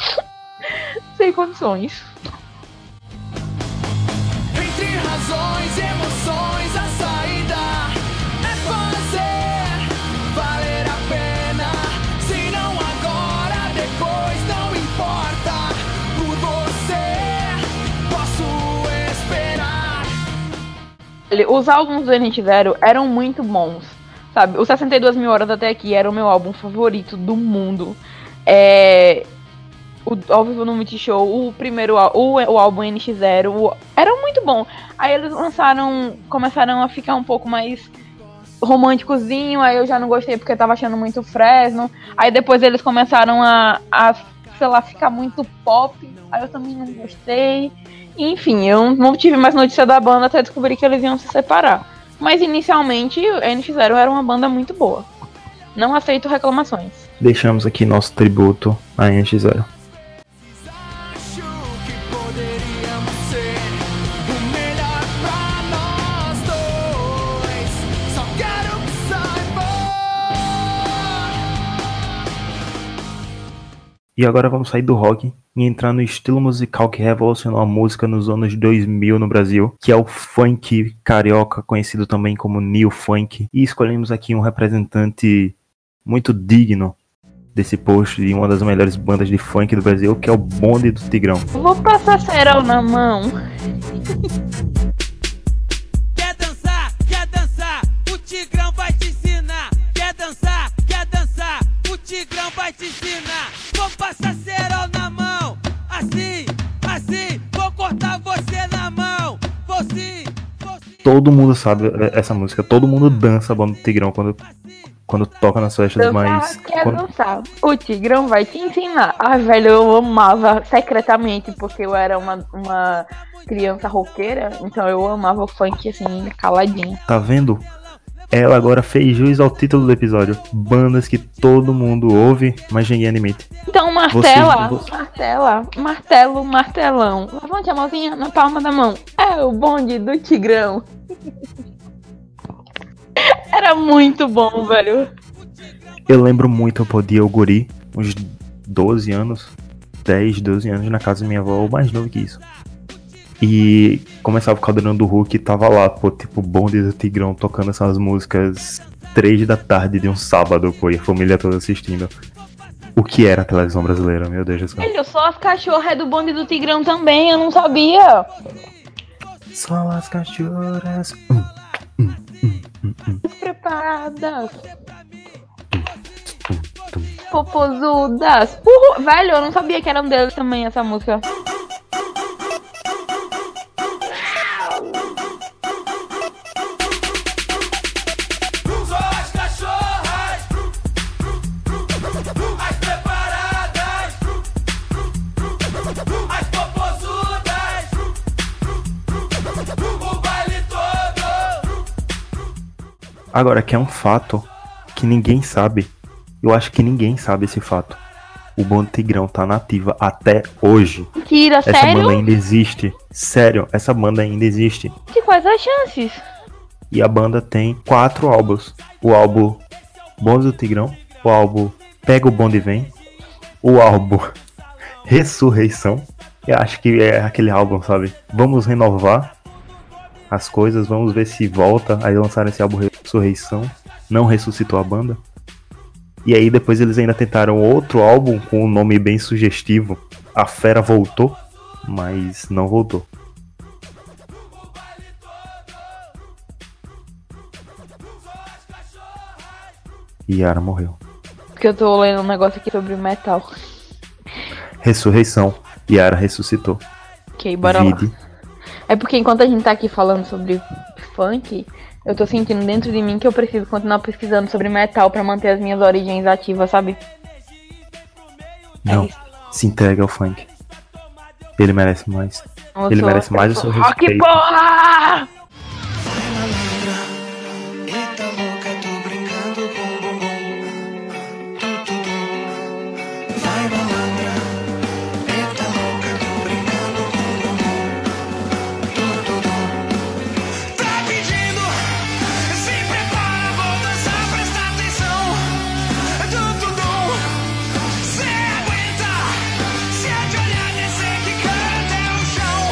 Sem condições. Entre razões e emoções, a saída é fazer valer a pena. Se não agora, depois, não importa. Por você, posso esperar. Os álbuns do N X Zero eram muito bons, sabe? O sessenta e duas mil horas até aqui era o meu álbum favorito do mundo. É... O Ao Vivo no Multishow, o primeiro o, o álbum N X Zero, o, era muito bom. Aí eles lançaram, começaram a ficar um pouco mais românticozinho, aí eu já não gostei porque eu tava achando muito Fresno. Aí depois eles começaram a, a sei lá, ficar muito pop. Aí eu também não gostei. Enfim, eu não tive mais notícia da banda até descobrir que eles iam se separar. Mas inicialmente, a N X Zero era uma banda muito boa. Não aceito reclamações. Deixamos aqui nosso tributo à N X Zero. E agora vamos sair do rock e entrar no estilo musical que revolucionou a música nos anos dois mil no Brasil, que é o funk carioca, conhecido também como New Funk. E escolhemos aqui um representante muito digno desse post de uma das melhores bandas de funk do Brasil, que é o Bonde do Tigrão. Vou passar cerol na mão. Quer dançar, quer dançar, o Tigrão vai te ensinar. Quer dançar, quer dançar, o Tigrão vai te ensinar. Vou passar cerol na mão, assim, assim, vou cortar você na mão, vou sim, vou sim. Todo mundo sabe essa música, todo mundo dança Bonde do Tigrão quando, quando toca nas festas, Dançar, mas... quer quando... dançar, o Tigrão vai te ensinar. Ai, velho, eu amava secretamente, porque eu era uma, uma criança roqueira, então eu amava o funk assim, caladinho. Tá vendo? Ela agora fez jus ao título do episódio. Bandas que todo mundo ouve, mas ninguém admite. Então martela, Você- você- martela, martelo, martelão. Levante a mãozinha na palma da mão. É o bonde do Tigrão. Era muito bom, velho. Eu lembro muito, eu podia o guri, uns doze anos, dez, doze anos, na casa da minha avó, ou mais novo que isso. E começava o Caldeirão do Hulk e tava lá, pô, tipo, Bonde do Tigrão, tocando essas músicas três da tarde de um sábado, pô, e a família toda assistindo. O que era a televisão brasileira, meu Deus do céu. Velho, só as cachorras do bonde do Tigrão também, eu não sabia. Só as cachorras. Preparadas. Popozudas. Uhul. Velho, eu não sabia que era um deles também, essa música. Só as cachorras, as preparadas, as popozudas, o baile todo. Agora, que é um fato que ninguém sabe. Eu acho que ninguém sabe esse fato. O Bonde do Tigrão tá nativa até hoje. Mentira, Essa sério? banda ainda existe. Sério, essa banda ainda existe. E quais as chances? E a banda tem quatro álbuns. O álbum Bonde do Tigrão, o álbum Pega o Bonde e Vem, o álbum Ressurreição. Eu acho que é aquele álbum, sabe? Vamos renovar as coisas, vamos ver se volta. Aí lançaram esse álbum Ressurreição. Não ressuscitou a banda. E aí depois eles ainda tentaram outro álbum com um nome bem sugestivo. A Fera Voltou, mas não voltou. E Yara morreu. Porque eu tô lendo um negócio aqui sobre metal. Ressurreição. Yara ressuscitou. Ok, bora Vide. lá. É porque enquanto a gente tá aqui falando sobre funk, eu tô sentindo dentro de mim que eu preciso continuar pesquisando sobre metal pra manter as minhas origens ativas, sabe? Não, se entrega ao funk. Ele merece mais. Eu Ele sou- merece mais eu o seu sou rock, respeito. porra! Eita louca, tô brincando com o bumbum. Tu, tu, tu. Vai malandra. Eita louca, tô brincando com o bumbum. Tu, tu, tu. Tá pedindo? Se prepara, vou dançar, presta atenção. Tu, tu, tu. Cê aguenta. Se é de olhar, descer que canta até o chão.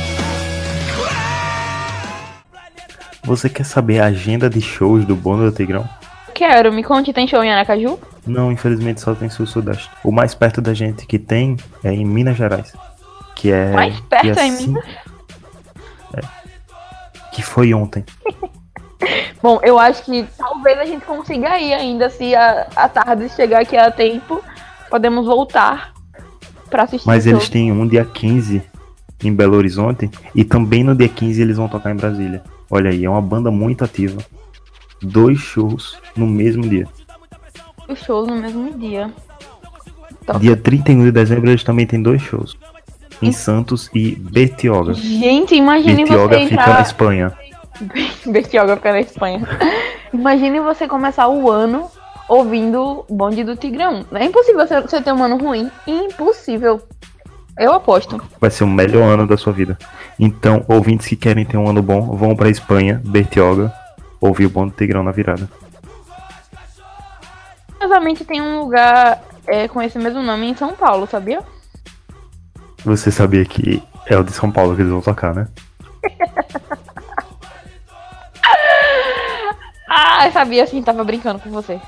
Você quer saber a agenda de shows do Bonde do Tigrão? Quero, me conte, tem show em Aracaju? Não, infelizmente só tem sul-sudeste. O mais perto da gente que tem é em Minas Gerais. Que é. Mais perto dia é em cinco- Minas? É. Que foi ontem. Bom, eu acho que talvez a gente consiga ir ainda, se a, a tarde chegar aqui a tempo, podemos voltar pra assistir Mas o eles show. têm um dia quinze em Belo Horizonte. E também no dia quinze eles vão tocar em Brasília. Olha aí, é uma banda muito ativa. Dois shows no mesmo dia. Os shows no mesmo dia. Dia trinta e um de dezembro eles também tem dois shows. Em Santos e Bertioga. Gente, imagine Bertioga você fica entrar... na Espanha. Bertioga fica na Espanha. Imagine você começar o ano ouvindo Bonde do Tigrão. É impossível você, você ter um ano ruim. Impossível. Eu aposto. Vai ser o melhor ano da sua vida. Então, ouvintes que querem ter um ano bom, vão pra Espanha, Bertioga, ouvir o Bonde do Tigrão na virada. Curiosamente tem um lugar é, com esse mesmo nome em São Paulo, sabia? Você sabia que é o de São Paulo que eles vão tocar, né? Ah, eu sabia sim, tava brincando com você.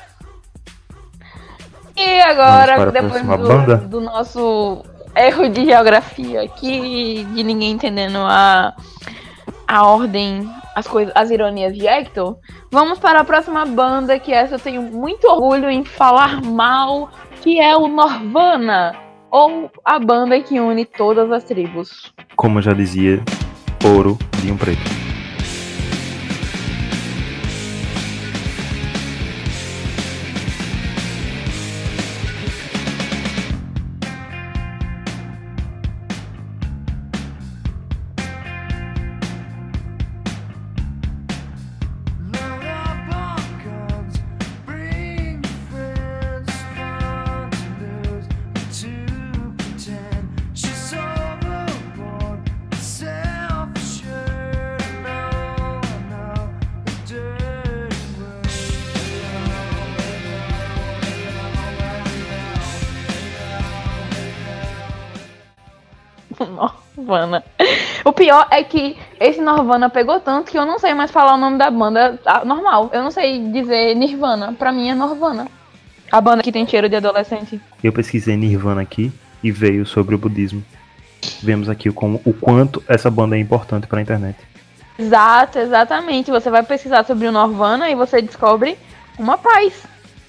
E agora, depois do, do nosso erro de geografia aqui, de ninguém entendendo a, a ordem, as coisas, as ironias de Hector, vamos para a próxima banda, que essa eu tenho muito orgulho em falar mal, que é o Norvana, ou a banda que une todas as tribos. Como eu já dizia, ouro de um preto. Norvana. O pior é que esse Norvana pegou tanto que eu não sei mais falar o nome da banda normal. Eu não sei dizer Nirvana. Pra mim é Norvana. A banda que tem cheiro de adolescente. Eu pesquisei Nirvana aqui e veio sobre o budismo. Vemos aqui como, o quanto essa banda é importante pra internet. Exato, exatamente. Você vai pesquisar sobre o Norvana e você descobre uma paz.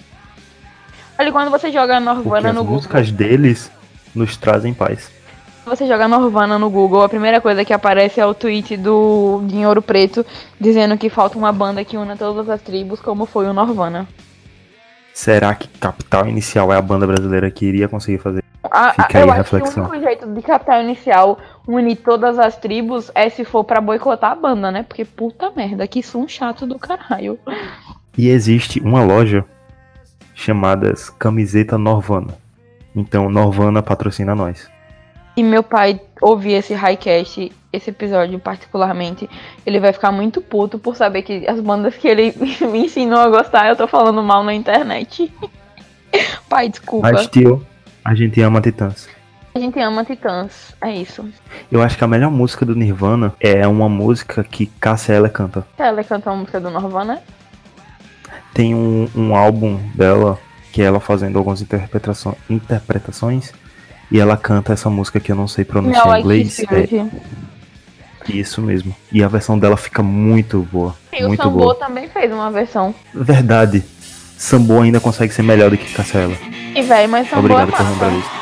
Olha, quando você joga Norvana Porque no as Google... músicas deles nos trazem paz. Você joga Norvana no Google, a primeira coisa que aparece é o tweet do de Ouro Preto dizendo que falta uma banda que una todas as tribos, como foi o Norvana. Será que Capital Inicial é a banda brasileira que iria conseguir fazer? A, Fica a, aí eu a acho reflexão. que o único jeito de Capital Inicial unir todas as tribos é se for pra boicotar a banda, né? Porque puta merda, que som chato do caralho. E existe uma loja chamada Camiseta Norvana. Então Norvana patrocina nós. E meu pai ouvir esse highcast, esse episódio particularmente, ele vai ficar muito puto por saber que as bandas que ele me ensinou a gostar, eu tô falando mal na internet. Pai, desculpa. Mas, tio, a gente ama Titãs. A gente ama Titãs, é isso. Eu acho que a melhor música do Nirvana é uma música que Cássia Eller canta. Ela canta uma música do Norvana? Tem um, um álbum dela, que é ela fazendo algumas interpretações, interpretações e ela canta essa música que eu não sei pronunciar em inglês. É... Isso mesmo. E a versão dela fica muito boa. E muito o Sambo boa. também fez uma versão. Verdade. Sambo ainda consegue ser melhor do que Cássia Eller. E véi, mas Sambo Obrigado é por massa. lembrar isso.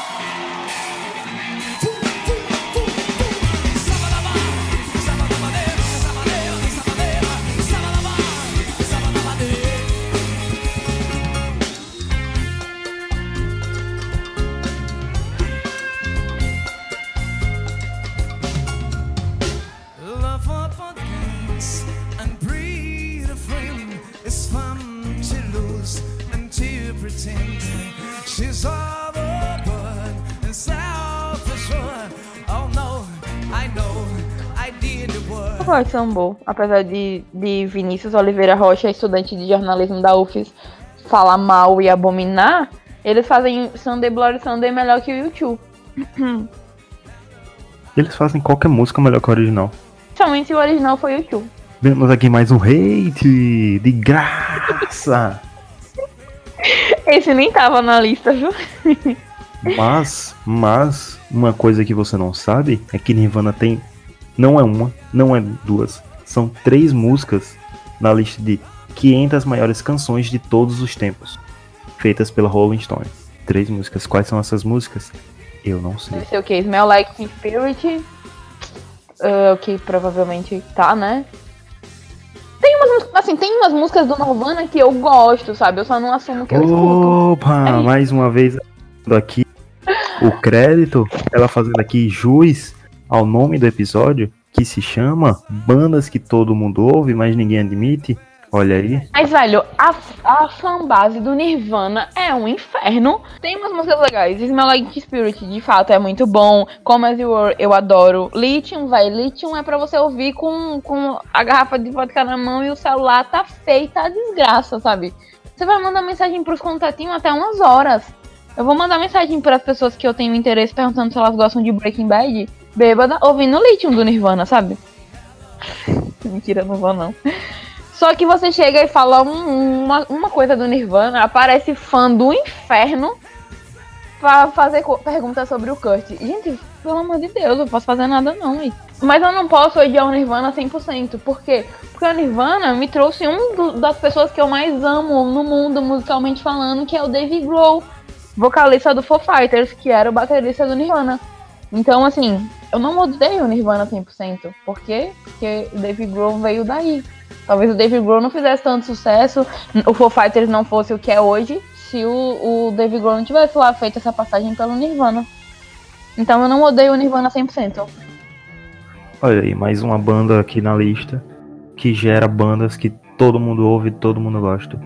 Eu gosto de Sambo, apesar de, de Vinícius Oliveira Rocha, estudante de jornalismo da U F S, falar mal e abominar, eles fazem Sunday Bloody Sunday melhor que o YouTube. Eles fazem qualquer música melhor que o original. Somente o original foi o YouTube. Vemos aqui mais um hate de graça. Esse nem tava na lista, viu? Mas, mas, uma coisa que você não sabe é que Nirvana tem, não é uma, não é duas, são três músicas na lista de quinhentas maiores canções de todos os tempos, feitas pela Rolling Stone. Três músicas. Quais são essas músicas? Eu não sei. Deve ser o que? Smell Like Teen Spirit, uh, o que provavelmente tá, né? Tem umas músicas, assim, tem umas músicas do Nirvana que eu gosto, sabe? Eu só não assumo que eu Opa, escuto. É mais uma vez aqui o crédito, ela fazendo aqui jus ao nome do episódio, que se chama Bandas que Todo Mundo Ouve, mas Ninguém Admite. Olha aí. Mas, velho, a, a fanbase do Nirvana é um inferno. Tem umas músicas legais. Smell Like Teen Spirit, de fato, é muito bom. Come As You Were, eu adoro. Lithium, velho. Lithium é pra você ouvir com, com a garrafa de vodka na mão e o celular tá feita a desgraça, sabe? Você vai mandar mensagem pros contatinhos até umas horas. Eu vou mandar mensagem pras pessoas que eu tenho interesse perguntando se elas gostam de Breaking Bad, bêbada, ouvindo Lithium do Nirvana, sabe? Mentira, não vou não. Só que você chega e fala um, uma, uma coisa do Nirvana, aparece fã do inferno pra fazer perguntas sobre o Kurt. Gente, pelo amor de Deus, eu não posso fazer nada não, aí. Mas eu não posso odiar o Nirvana cem por cento. Por quê? Porque o Nirvana me trouxe um do, das pessoas que eu mais amo no mundo, musicalmente falando, que é o Dave Grohl, vocalista do Foo Fighters, que era o baterista do Nirvana. Então, assim, eu não odeio o Nirvana cem por cento. Por quê? Porque o Dave Grohl veio daí. Talvez o Dave Grohl não fizesse tanto sucesso, o Foo Fighters não fosse o que é hoje, se o, o Dave Grohl não tivesse lá feito essa passagem pelo Nirvana. Então eu não odeio o Nirvana cem por cento. Olha aí, mais uma banda aqui na lista que gera bandas que todo mundo ouve e todo mundo gosta.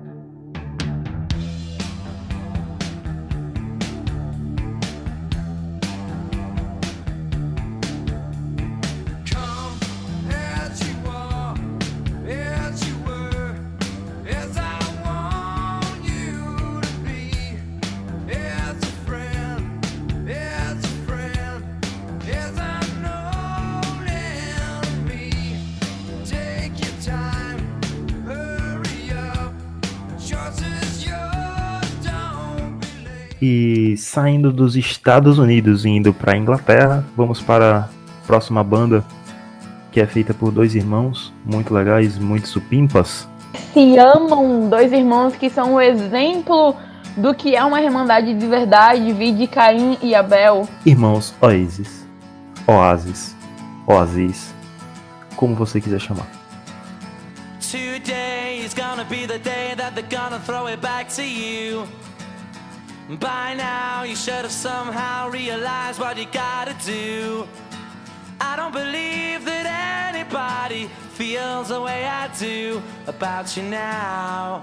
E saindo dos Estados Unidos e indo para a Inglaterra, vamos para a próxima banda, que é feita por dois irmãos muito legais, muito supimpas. Se amam, dois irmãos que são o exemplo do que é uma irmandade de verdade, vide Caim e Abel. Irmãos Oasis, Oasis, Oasis, como você quiser chamar. Today is gonna be the day that they're gonna throw it back to you. By now you should have somehow realized what you gotta do. I don't believe that anybody feels the way I do about you now.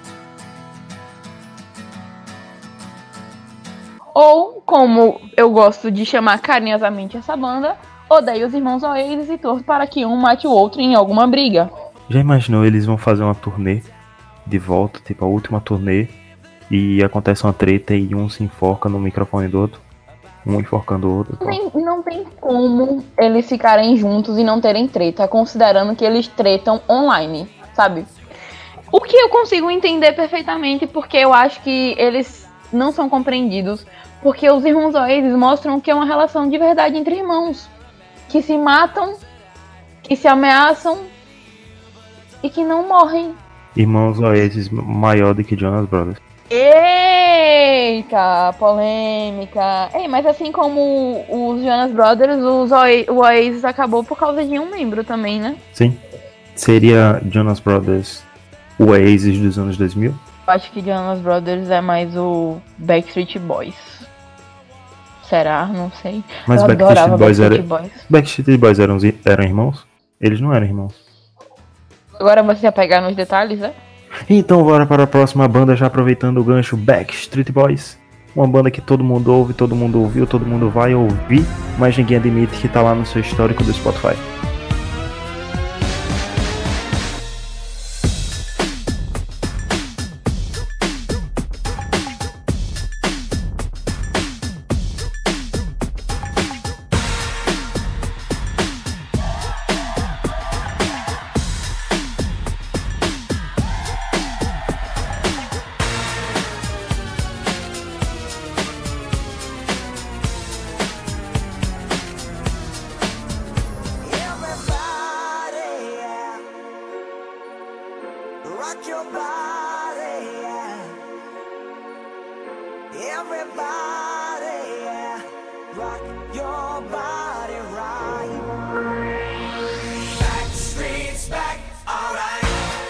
Ou, como eu gosto de chamar carinhosamente essa banda, odeio os irmãos Oasis e torço para que um mate o outro em alguma briga. Já imaginou eles vão fazer uma turnê de volta, tipo a última turnê, e acontece uma treta e um se enforca no microfone do outro, um enforcando o outro. Não tem, não tem como eles ficarem juntos e não terem treta, considerando que eles tretam online, sabe? O que eu consigo entender perfeitamente, porque eu acho que eles não são compreendidos, porque os irmãos Oasis mostram que é uma relação de verdade entre irmãos, que se matam, que se ameaçam e que não morrem. Irmãos Oasis maior do que Jonas Brothers. Eita, polêmica. Ei, mas assim como os Jonas Brothers, os o Oasis acabou por causa de um membro também, né? Sim. Seria Jonas Brothers o Oasis dos anos dois mil? Eu acho que Jonas Brothers é mais o Backstreet Boys. Será? Não sei. Mas eu Backstreet Boys, Backstreet era... Boys. Backstreet Boys eram, eram irmãos? Eles não eram irmãos. Agora você vai pegar nos detalhes, né? Então bora para a próxima banda, já aproveitando o gancho, Backstreet Boys. Uma banda que todo mundo ouve, todo mundo ouviu, todo mundo vai ouvir, mas ninguém admite que tá lá no seu histórico do Spotify. Rock your body, yeah. Everybody, yeah. Rock your body right. Backstreet's back, alright.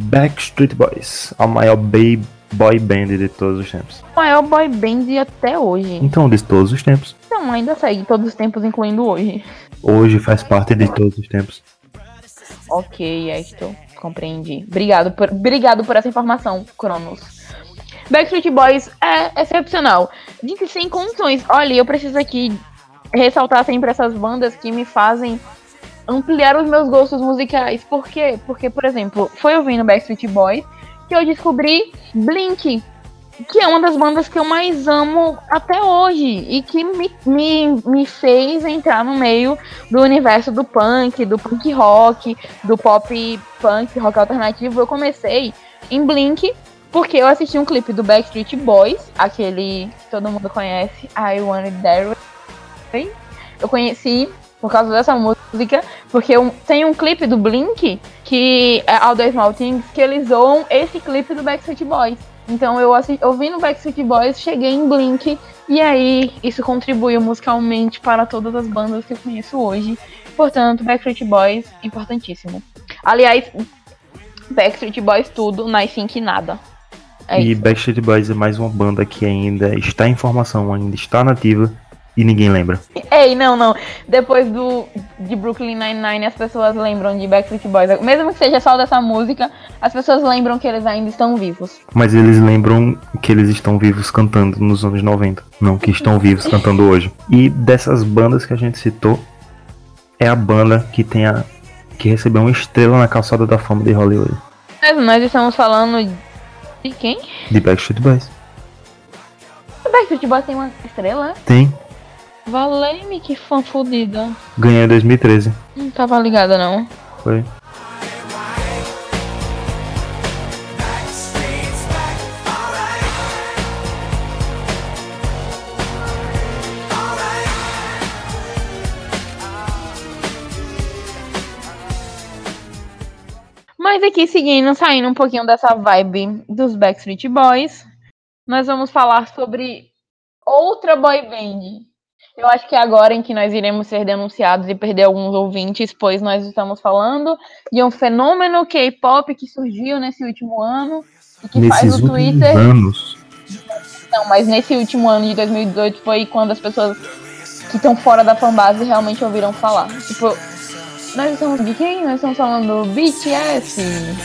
Backstreet Boys, a maior baby boy band de todos os tempos. Maior boy band até hoje. Então, de todos os tempos. Então, ainda segue todos os tempos, incluindo hoje. Hoje faz parte de todos os tempos. Ok, Hector, compreendi. Obrigado por, obrigado por essa informação, Cronos. Backstreet Boys é excepcional. Gente, sem condições. Olha, eu preciso aqui ressaltar sempre essas bandas que me fazem ampliar os meus gostos musicais. Por quê? Porque, por exemplo, foi ouvindo Backstreet Boys que eu descobri Blink, que é uma das bandas que eu mais amo até hoje e que me, me, me fez entrar no meio do universo do punk, do punk rock, do pop punk, rock alternativo. Eu comecei em Blink porque eu assisti um clipe do Backstreet Boys, aquele que todo mundo conhece, I Want It That Way. Eu conheci por causa dessa música, porque eu, tem um clipe do Blink, que é All the Small Things, que eles zoam esse clipe do Backstreet Boys. Então eu assisti, ouvindo Backstreet Boys, cheguei em Blink, e aí isso contribuiu musicalmente para todas as bandas que eu conheço hoje. Portanto, Backstreet Boys, importantíssimo. Aliás, Backstreet Boys tudo, NSYNC nada. É e isso. Backstreet Boys é mais uma banda que ainda está em formação, ainda está nativa e ninguém lembra. Ei, não, não. Depois do, de Brooklyn Nine-Nine, as pessoas lembram de Backstreet Boys. Mesmo que seja só dessa música, as pessoas lembram que eles ainda estão vivos. Mas eles lembram que eles estão vivos cantando nos anos noventa, não que estão vivos cantando hoje. E dessas bandas que a gente citou, é a banda que tem a que recebeu uma estrela na calçada da fama de Hollywood. Mas nós estamos falando de quem? De Backstreet Boys. O Backstreet Boys tem uma estrela? Tem. Valeu-me, que fã fodida. Ganhou em dois mil e treze. Não tava ligada, não. Foi. Mas aqui, seguindo, saindo um pouquinho dessa vibe dos Backstreet Boys, nós vamos falar sobre outra boy band. Eu acho que é agora em que nós iremos ser denunciados e perder alguns ouvintes, pois nós estamos falando de um fenômeno K-pop que surgiu nesse último ano e que Nesses faz o Twitter... anos. Não, mas nesse último ano de dois mil e dezoito foi quando as pessoas que estão fora da fanbase realmente ouviram falar. Tipo, nós estamos de quem? Nós estamos falando do B T S.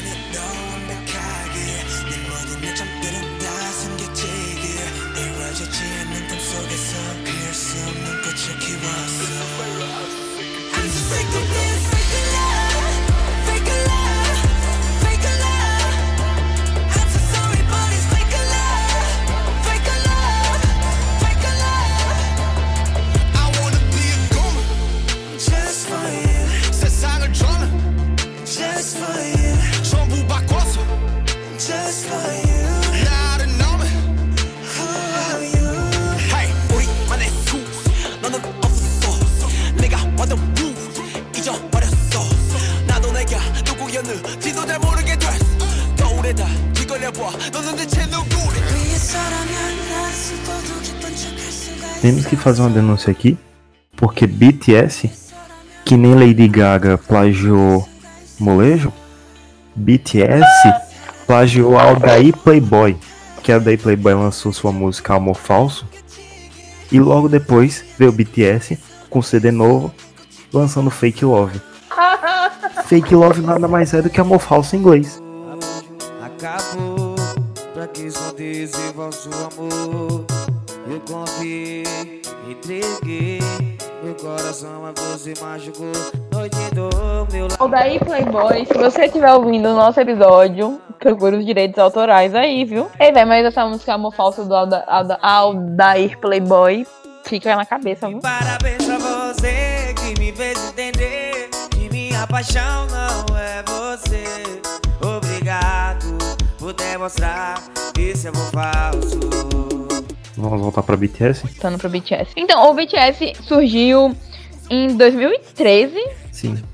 Temos que fazer uma denúncia aqui, porque B T S, que nem Lady Gaga plagiou molejo, B T S plagiou a Aldair Playboy, que a Aldair Playboy lançou sua música Amor Falso, e logo depois veio o B T S com C D novo, lançando Fake Love. Fake Love nada mais é do que Amor Falso em inglês. Acabou, pra que só desenvolve o amor? Eu confiei, entreguei meu coração, mas você machucou. Noite do meu lado. Aldair Playboy, se você estiver ouvindo o nosso episódio, procure os direitos autorais aí, viu? Ei, velho, mas essa música Amor Falso do Alda, Alda, Aldair Playboy fica na cabeça, viu? Parabéns a você que me fez entender que minha paixão não é você. Obrigado por demonstrar esse amor falso. Vamos voltar pra B T S? Voltando pro B T S. Então, o B T S surgiu em dois mil e treze. Sim.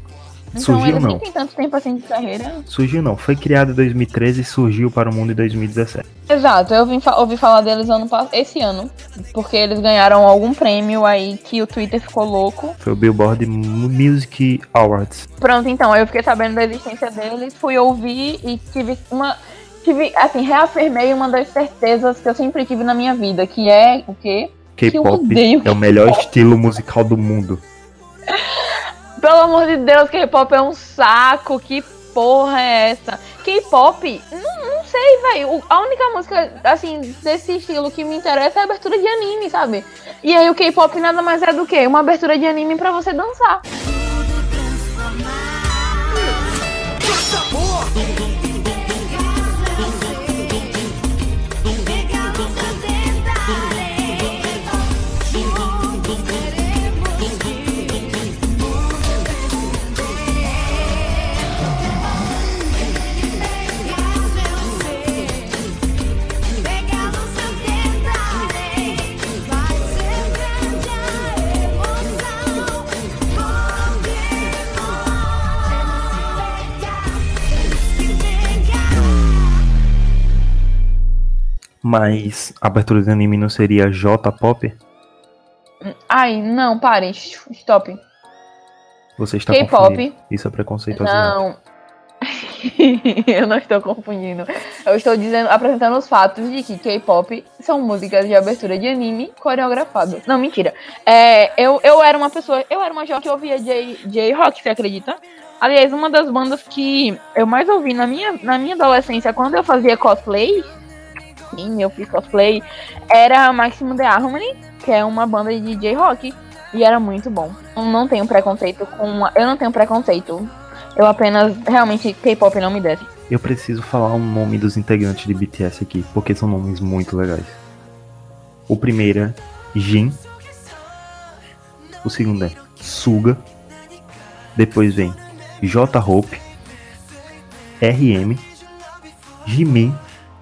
Então Surgiu eles não. nem têm tanto tempo assim de carreira. Surgiu não, foi criado em dois mil e treze e surgiu para o mundo em dois mil e dezessete. Exato, eu ouvi, ouvi falar deles ano, esse ano, porque eles ganharam algum prêmio aí que o Twitter ficou louco. Foi o Billboard Music Awards. Pronto, então, eu fiquei sabendo da existência deles, fui ouvir e tive uma... Tive, assim, reafirmei uma das certezas que eu sempre tive na minha vida, que é o quê? K-pop é o melhor estilo musical do mundo. Pelo amor de Deus, K-pop é um saco, que porra é essa? K-pop, não, não sei, velho. A única música, assim, desse estilo que me interessa é a abertura de anime, sabe? E aí o K-pop nada mais é do que uma abertura de anime pra você dançar. Mas a abertura de anime não seria J-pop? Ai, não, parem, stop. Você está K-pop. confundindo. Isso é preconceito asiático. Não. Eu não estou confundindo. Eu estou dizendo, apresentando os fatos de que K-pop são músicas de abertura de anime coreografadas. Não, mentira. É, eu, eu era uma pessoa, eu era uma jovem que ouvia J, J-Rock, você acredita? Aliás, uma das bandas que eu mais ouvi na minha, na minha adolescência, quando eu fazia cosplay, sim, eu fiz cosplay, era Maximum The Harmony, que é uma banda de J-Rock, e era muito bom. Eu não tenho preconceito com... Eu não tenho preconceito. Eu apenas, realmente, K-pop não me desce. Eu preciso falar o nome dos integrantes de B T S aqui, porque são nomes muito legais. O primeiro é Jin. O segundo é Suga. Depois vem J-Hope, R M, Jimin,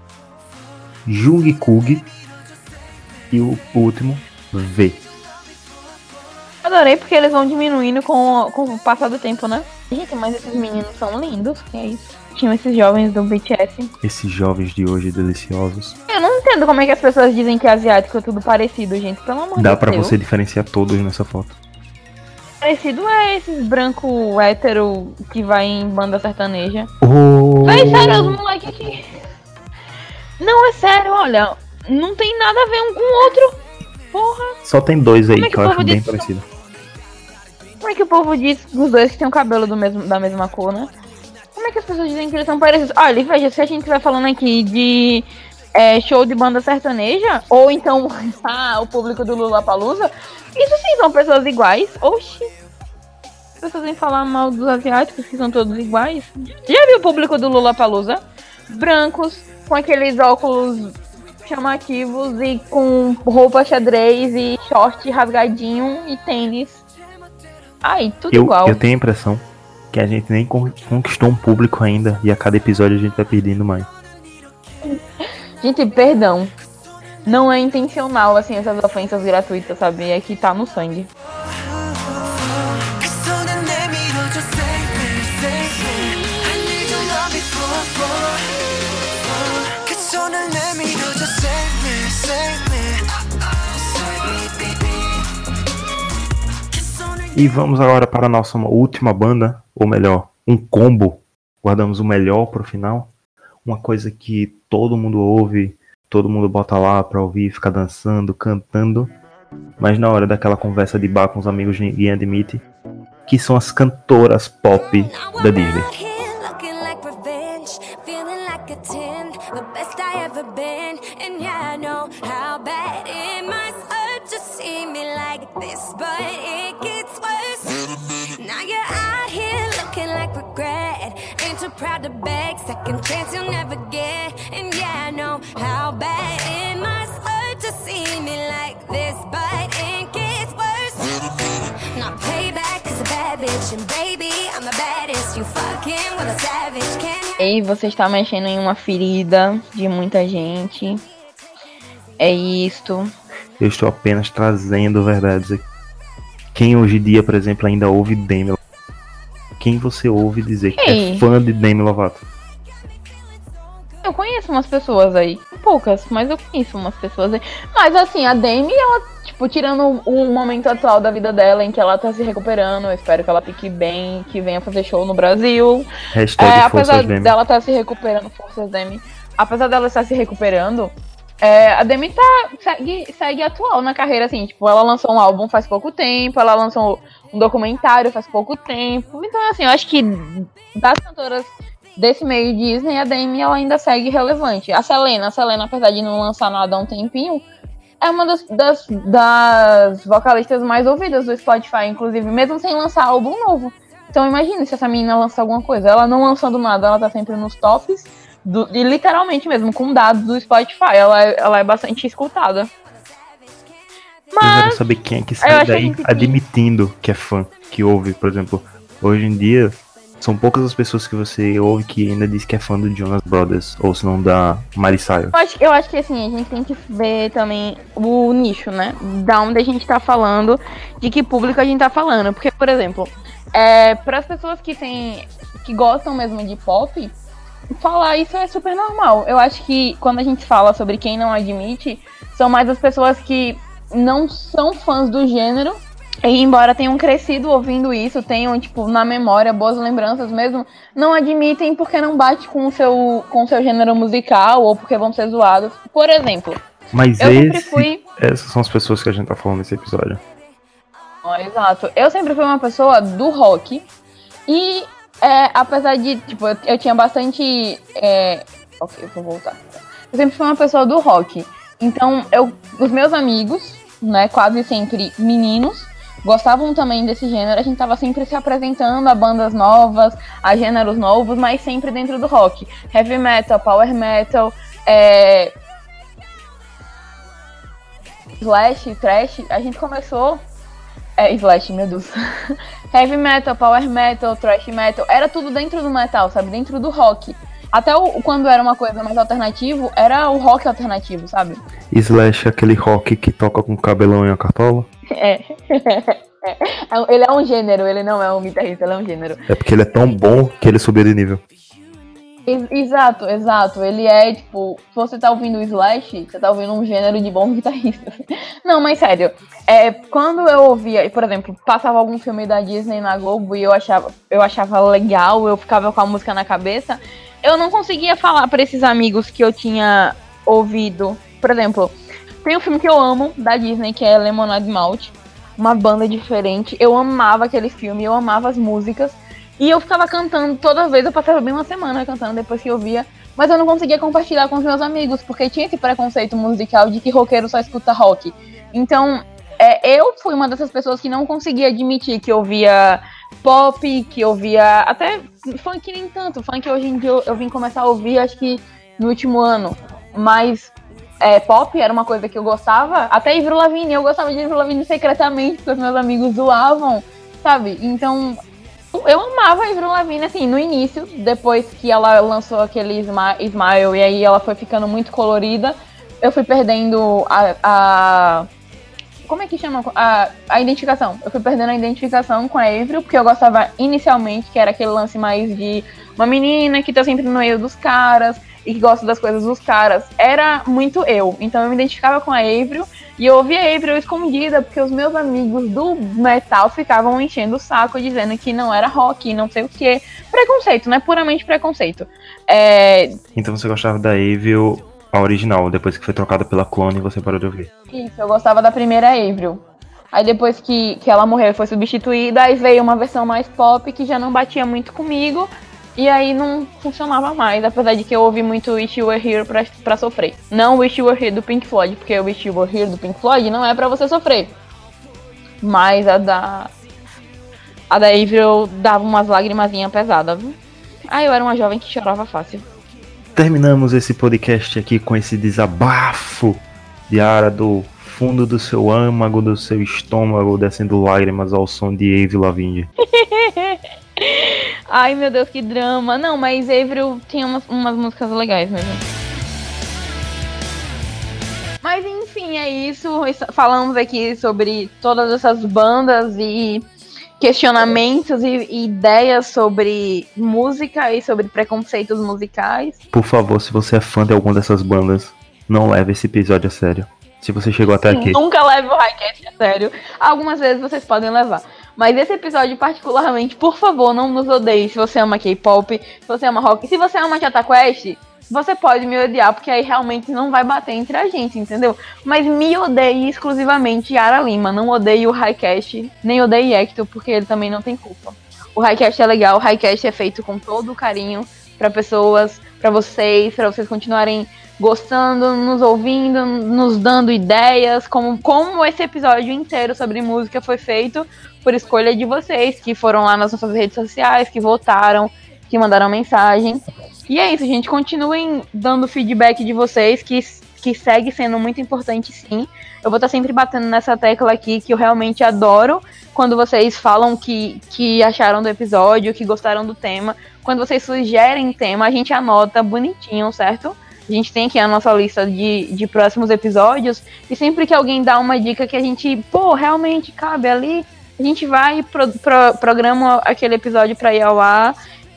Jungkook e o último, V. Adorei porque eles vão diminuindo com, com o passar do tempo, né? Gente, mas esses meninos são lindos, que é isso? Tinham esses jovens do B T S. Esses jovens de hoje deliciosos. Eu não entendo como é que as pessoas dizem que é asiático é tudo parecido, gente. Pelo amor de Deus. Dá pra você diferenciar todos nessa foto. Parecido é esses branco hétero que vai em banda sertaneja. Oh. Vai, sério, os moleques aqui. Não, é sério, olha. Não tem nada a ver um com o outro. Porra. Só tem dois aí Como é que, que eu o acho povo bem diz- parecido. Como é que o povo diz os dois que tem o cabelo do mesmo, da mesma cor, né? Como é que as pessoas dizem que eles são parecidos? Olha, veja, se a gente vai falando aqui de é, show de banda sertaneja, ou então ah, o público do Lollapalooza, isso sim são pessoas iguais. Oxi. As pessoas vêm falar mal dos asiáticos, que são todos iguais. Já viu o público do Lollapalooza? Brancos, com aqueles óculos chamativos e com roupa xadrez e short rasgadinho e tênis. Ai, tudo Eu, igual. eu tenho a impressão que a gente nem con- conquistou um público ainda e a cada episódio a gente vai perdendo mais. Gente, perdão. Não é intencional, assim, essas ofensas gratuitas, sabe? É que tá no sangue. E vamos agora para a nossa última banda, ou melhor, um combo. Guardamos o melhor pro final. Uma coisa que todo mundo ouve, todo mundo bota lá pra ouvir, ficar dançando, cantando. Mas na hora daquela conversa de bar com os amigos ninguém admite, que são as cantoras pop da Disney. Looking like revenge, feeling like a ten, the best I ever been. And yeah, I know how bad it must hurt to see me like this, but it gets worse. Now you're out here looking like regret, ain't too proud to beg, second chance you'll never get. And yeah, I know how bad it must hurt to see me like this, but it gets worse. Now payback is a bad bitch, and baby, I'm the baddest. You fucking with a savage, can't. E você está mexendo em uma ferida de muita gente. É isto. Eu estou apenas trazendo verdades aqui. Quem hoje em dia, por exemplo, ainda ouve Demi, quem você ouve dizer que Ei. é fã de Demi Lovato? Eu conheço umas pessoas aí, poucas, mas eu conheço umas pessoas aí. Mas assim, a Demi, ela, tipo, tirando o, o momento atual da vida dela, em que ela tá se recuperando, eu espero que ela fique bem, que venha fazer show no Brasil. Hashtag É, Forças apesar Demi. dela estar se recuperando, forças Demi, apesar dela estar se recuperando, é, a Demi tá, segue, segue atual na carreira, assim, tipo, ela lançou um álbum faz pouco tempo, ela lançou um documentário faz pouco tempo, então assim, eu acho que das cantoras desse meio Disney, a Demi ela ainda segue relevante. A Selena, a Selena, apesar de não lançar nada há um tempinho, é uma das, das, das vocalistas mais ouvidas do Spotify, inclusive, mesmo sem lançar álbum novo. Então imagina se essa menina lança alguma coisa. Ela não lançando nada, ela tá sempre nos tops, do, e literalmente mesmo, com dados do Spotify. Ela, é- ela é bastante escutada. Eu quero Mas saber quem é que eu sai acho que a daí gente tem- admitindo que é fã, que ouve, por exemplo, hoje em dia, são poucas as pessoas que você ouve que ainda diz que é fã do Jonas Brothers, ou se não da Miley Cyrus. Eu acho, eu acho que assim, a gente tem que ver também o nicho, né? Da onde a gente tá falando, de que público a gente tá falando. Porque, por exemplo, é, para as pessoas que tem, que gostam mesmo de pop, falar isso é super normal. Eu acho que quando a gente fala sobre quem não admite, são mais as pessoas que não são fãs do gênero. E embora tenham crescido ouvindo isso, tenham, tipo, na memória, boas lembranças mesmo, não admitem porque não bate com o seu, com o seu gênero musical ou porque vão ser zoados. Por exemplo, Mas eu sempre esse, fui... essas são as pessoas que a gente tá falando nesse episódio. Ó, exato. Eu sempre fui uma pessoa do rock e, é, apesar de, tipo, eu, eu tinha bastante... É... Ok, eu vou voltar. Eu sempre fui uma pessoa do rock. Então, eu, os meus amigos, né, quase sempre meninos, gostavam também desse gênero, a gente tava sempre se apresentando a bandas novas, a gêneros novos, mas sempre dentro do rock. Heavy metal, power metal, é... slash, thrash, a gente começou... É, slash, meu Deus. Heavy metal, power metal, thrash metal, era tudo dentro do metal, sabe? Dentro do rock. Até o, quando era uma coisa mais alternativo, era o rock alternativo, sabe? Slash é aquele rock que toca com cabelão e a cartola? É. É. Ele é um gênero, ele não é um guitarrista, ele é um gênero. É porque ele é tão bom que ele subiu de nível. Ex- Exato, exato. Ele é, tipo, se você tá ouvindo o Slash, você tá ouvindo um gênero de bons guitarristas. Não, mas sério, é, quando eu ouvia, e, por exemplo, passava algum filme da Disney na Globo e eu achava, eu achava legal, eu ficava com a música na cabeça, eu não conseguia falar pra esses amigos que eu tinha ouvido. Por exemplo, tem um filme que eu amo da Disney, que é Lemonade Mouth, uma banda diferente. Eu amava aquele filme, eu amava as músicas. E eu ficava cantando toda vez, eu passava bem uma semana cantando depois que eu via, mas eu não conseguia compartilhar com os meus amigos, porque tinha esse preconceito musical de que roqueiro só escuta rock. Então, é, eu fui uma dessas pessoas que não conseguia admitir que eu via pop, que eu via até funk nem tanto. Funk hoje em dia eu, eu vim começar a ouvir, acho que no último ano, mas é, pop era uma coisa que eu gostava, até Avril Lavigne, eu gostava de Avril Lavigne secretamente, porque os meus amigos zoavam, sabe? Então... eu amava a Avril Lavigne, assim, no início, depois que ela lançou aquele Smile e aí ela foi ficando muito colorida, eu fui perdendo a... a como é que chama? A, a identificação. Eu fui perdendo a identificação com a Avril, porque eu gostava inicialmente, que era aquele lance mais de uma menina que tá sempre no meio dos caras e que gosta das coisas dos caras. Era muito eu. Então eu me identificava com a Avril e eu ouvia a Avril escondida, porque os meus amigos do metal ficavam enchendo o saco, dizendo que não era rock, não sei o que. Preconceito, né? Puramente preconceito. É... Então você gostava da Avril, a original, depois que foi trocada pela clone, você parou de ouvir. Isso, eu gostava da primeira Avril. Aí depois que, que ela morreu e foi substituída, aí veio uma versão mais pop que já não batia muito comigo. E aí não funcionava mais, apesar de que eu ouvi muito Wish You Were Here pra, pra sofrer. Não Wish You Were Here do Pink Floyd, porque o Wish You Were Here do Pink Floyd não é pra você sofrer. Mas a da... a da Avril dava umas lagrimazinhas pesadas, viu? Ah, eu era uma jovem que chorava fácil. Terminamos esse podcast aqui com esse desabafo de Ara do fundo do seu âmago, do seu estômago, descendo lágrimas ao som de Avril Lavigne. Ai, meu Deus, que drama. Não, mas Avril tinha umas, umas músicas legais mesmo. Mas enfim, é isso. Falamos aqui sobre todas essas bandas e questionamentos e, e ideias sobre música e sobre preconceitos musicais. Por favor, se você é fã de alguma dessas bandas, não leve esse episódio a sério. Se você chegou até aqui. Nunca leve o Highcast a sério. Algumas vezes vocês podem levar. Mas esse episódio, particularmente, por favor, não nos odeie. Se você ama K-pop, se você ama rock, se você ama Jota Quest, você pode me odiar, porque aí realmente não vai bater entre a gente, entendeu? Mas me odeie exclusivamente Yara Lima. Não odeie o Highcast, nem odeie Hector, porque ele também não tem culpa. O Highcast é legal, o Highcast é feito com todo o carinho pra pessoas, pra vocês, pra vocês continuarem gostando, nos ouvindo, nos dando ideias, como, como esse episódio inteiro sobre música foi feito por escolha de vocês, que foram lá nas nossas redes sociais, que votaram, que mandaram mensagem. E é isso, gente, continuem dando feedback de vocês, que, que segue sendo muito importante, sim. Eu vou estar sempre batendo nessa tecla aqui, que eu realmente adoro quando vocês falam que, que acharam do episódio, que gostaram do tema. Quando vocês sugerem tema, a gente anota bonitinho, certo? A gente tem aqui a nossa lista de, de próximos episódios, e sempre que alguém dá uma dica que a gente, pô, realmente cabe ali, a gente vai e pro, pro, programa aquele episódio para ir ao ar.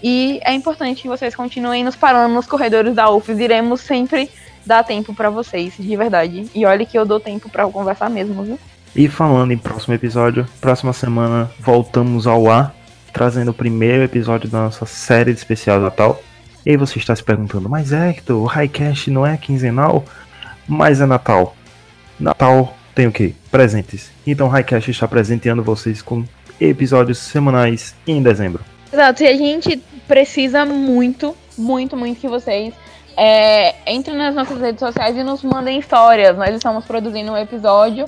E é importante que vocês continuem nos parando nos corredores da U F S. Iremos sempre dar tempo para vocês, de verdade. E olha que eu dou tempo para conversar mesmo, viu? E falando em próximo episódio, próxima semana voltamos ao ar, trazendo o primeiro episódio da nossa série de especial Natal. E aí você está se perguntando, mas Hector, o Highcast não é quinzenal? Mas é Natal. Natal tem o quê? Presentes. Então o Highcast está presenteando vocês com episódios semanais em dezembro. Exato, e a gente precisa muito, muito, muito que vocês é, entrem nas nossas redes sociais e nos mandem histórias. Nós estamos produzindo um episódio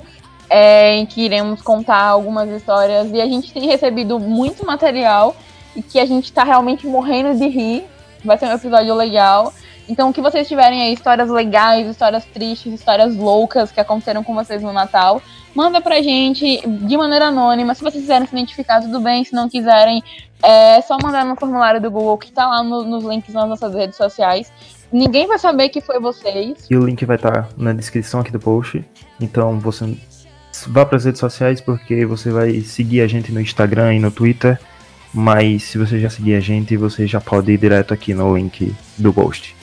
é, em que iremos contar algumas histórias, e a gente tem recebido muito material e que a gente está realmente morrendo de rir. Vai ser um episódio legal. Então, que vocês tiverem aí histórias legais, histórias tristes, histórias loucas que aconteceram com vocês no Natal, manda pra gente de maneira anônima. Se vocês quiserem se identificar, tudo bem. Se não quiserem, é só mandar no formulário do Google, que tá lá no, nos links nas nossas redes sociais. Ninguém vai saber que foi vocês. E o link vai estar na descrição aqui do post. Então, você vá pras redes sociais, porque você vai seguir a gente no Instagram e no Twitter. Mas se você já seguir a gente, você já pode ir direto aqui no link do post.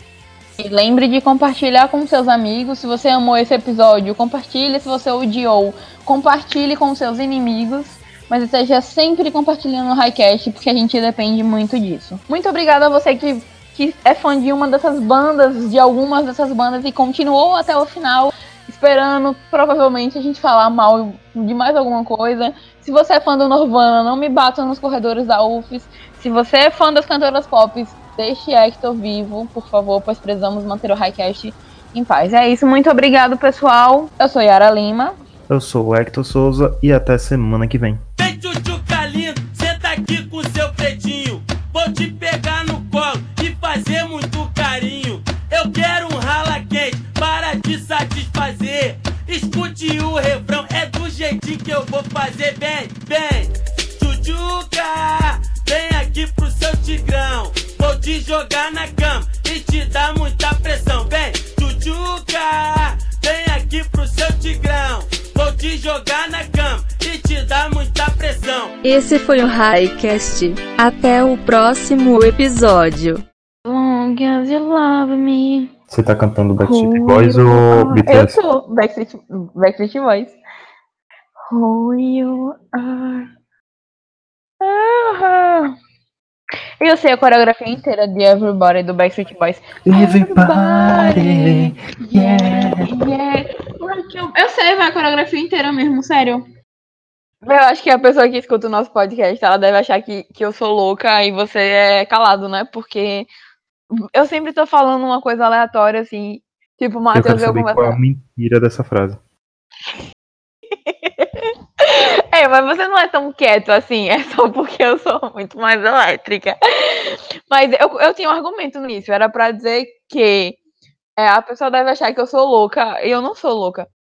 E lembre de compartilhar com seus amigos. Se você amou esse episódio, compartilhe. Se você odiou, compartilhe com seus inimigos. Mas esteja sempre compartilhando o Highcast, porque a gente depende muito disso. Muito obrigada a você que, que é fã de uma dessas bandas, de algumas dessas bandas, e continuou até o final, esperando provavelmente a gente falar mal de mais alguma coisa. Se você é fã do Nirvana, não me bata nos corredores da U F S. Se você é fã das cantoras pop, deixe Hector vivo, por favor, pois precisamos manter o Highcast em paz. É isso, muito obrigado, pessoal. Eu sou Yara Lima. Eu sou o Hector Souza e até semana que vem. Vem, tchutchuca lindo, senta aqui com seu pretinho. Vou te pegar no colo e fazer muito carinho. Eu quero um rala quente para te satisfazer. Escute o refrão, é do jeitinho que eu vou fazer. Vem, vem, tchutchuca, vem aqui pro seu tigrão. Vou te jogar na cama e te dar muita pressão. Vem, tchutchuca, vem aqui pro seu tigrão. Vou te jogar na cama e te dar muita pressão. Esse foi o Highcast. Até o próximo episódio. Long as you love me. Você tá cantando Backstreet Boys ou B T S? Eu sou Backstreet, Backstreet Boys. Who you are. Uh-huh. Eu sei a coreografia inteira de Everybody do Backstreet Boys. Everybody, yeah, yeah. Eu sei a coreografia inteira mesmo, sério. Eu acho que a pessoa que escuta o nosso podcast, ela deve achar que, que eu sou louca e você é calado, né? Porque eu sempre tô falando uma coisa aleatória, assim. Tipo, o Matheus eu quero saber qual é a mentira dessa frase. É, mas você não é tão quieto assim, é só porque eu sou muito mais elétrica. Mas eu, eu tinha um argumento nisso, era pra dizer que é, a pessoa deve achar que eu sou louca, e eu não sou louca.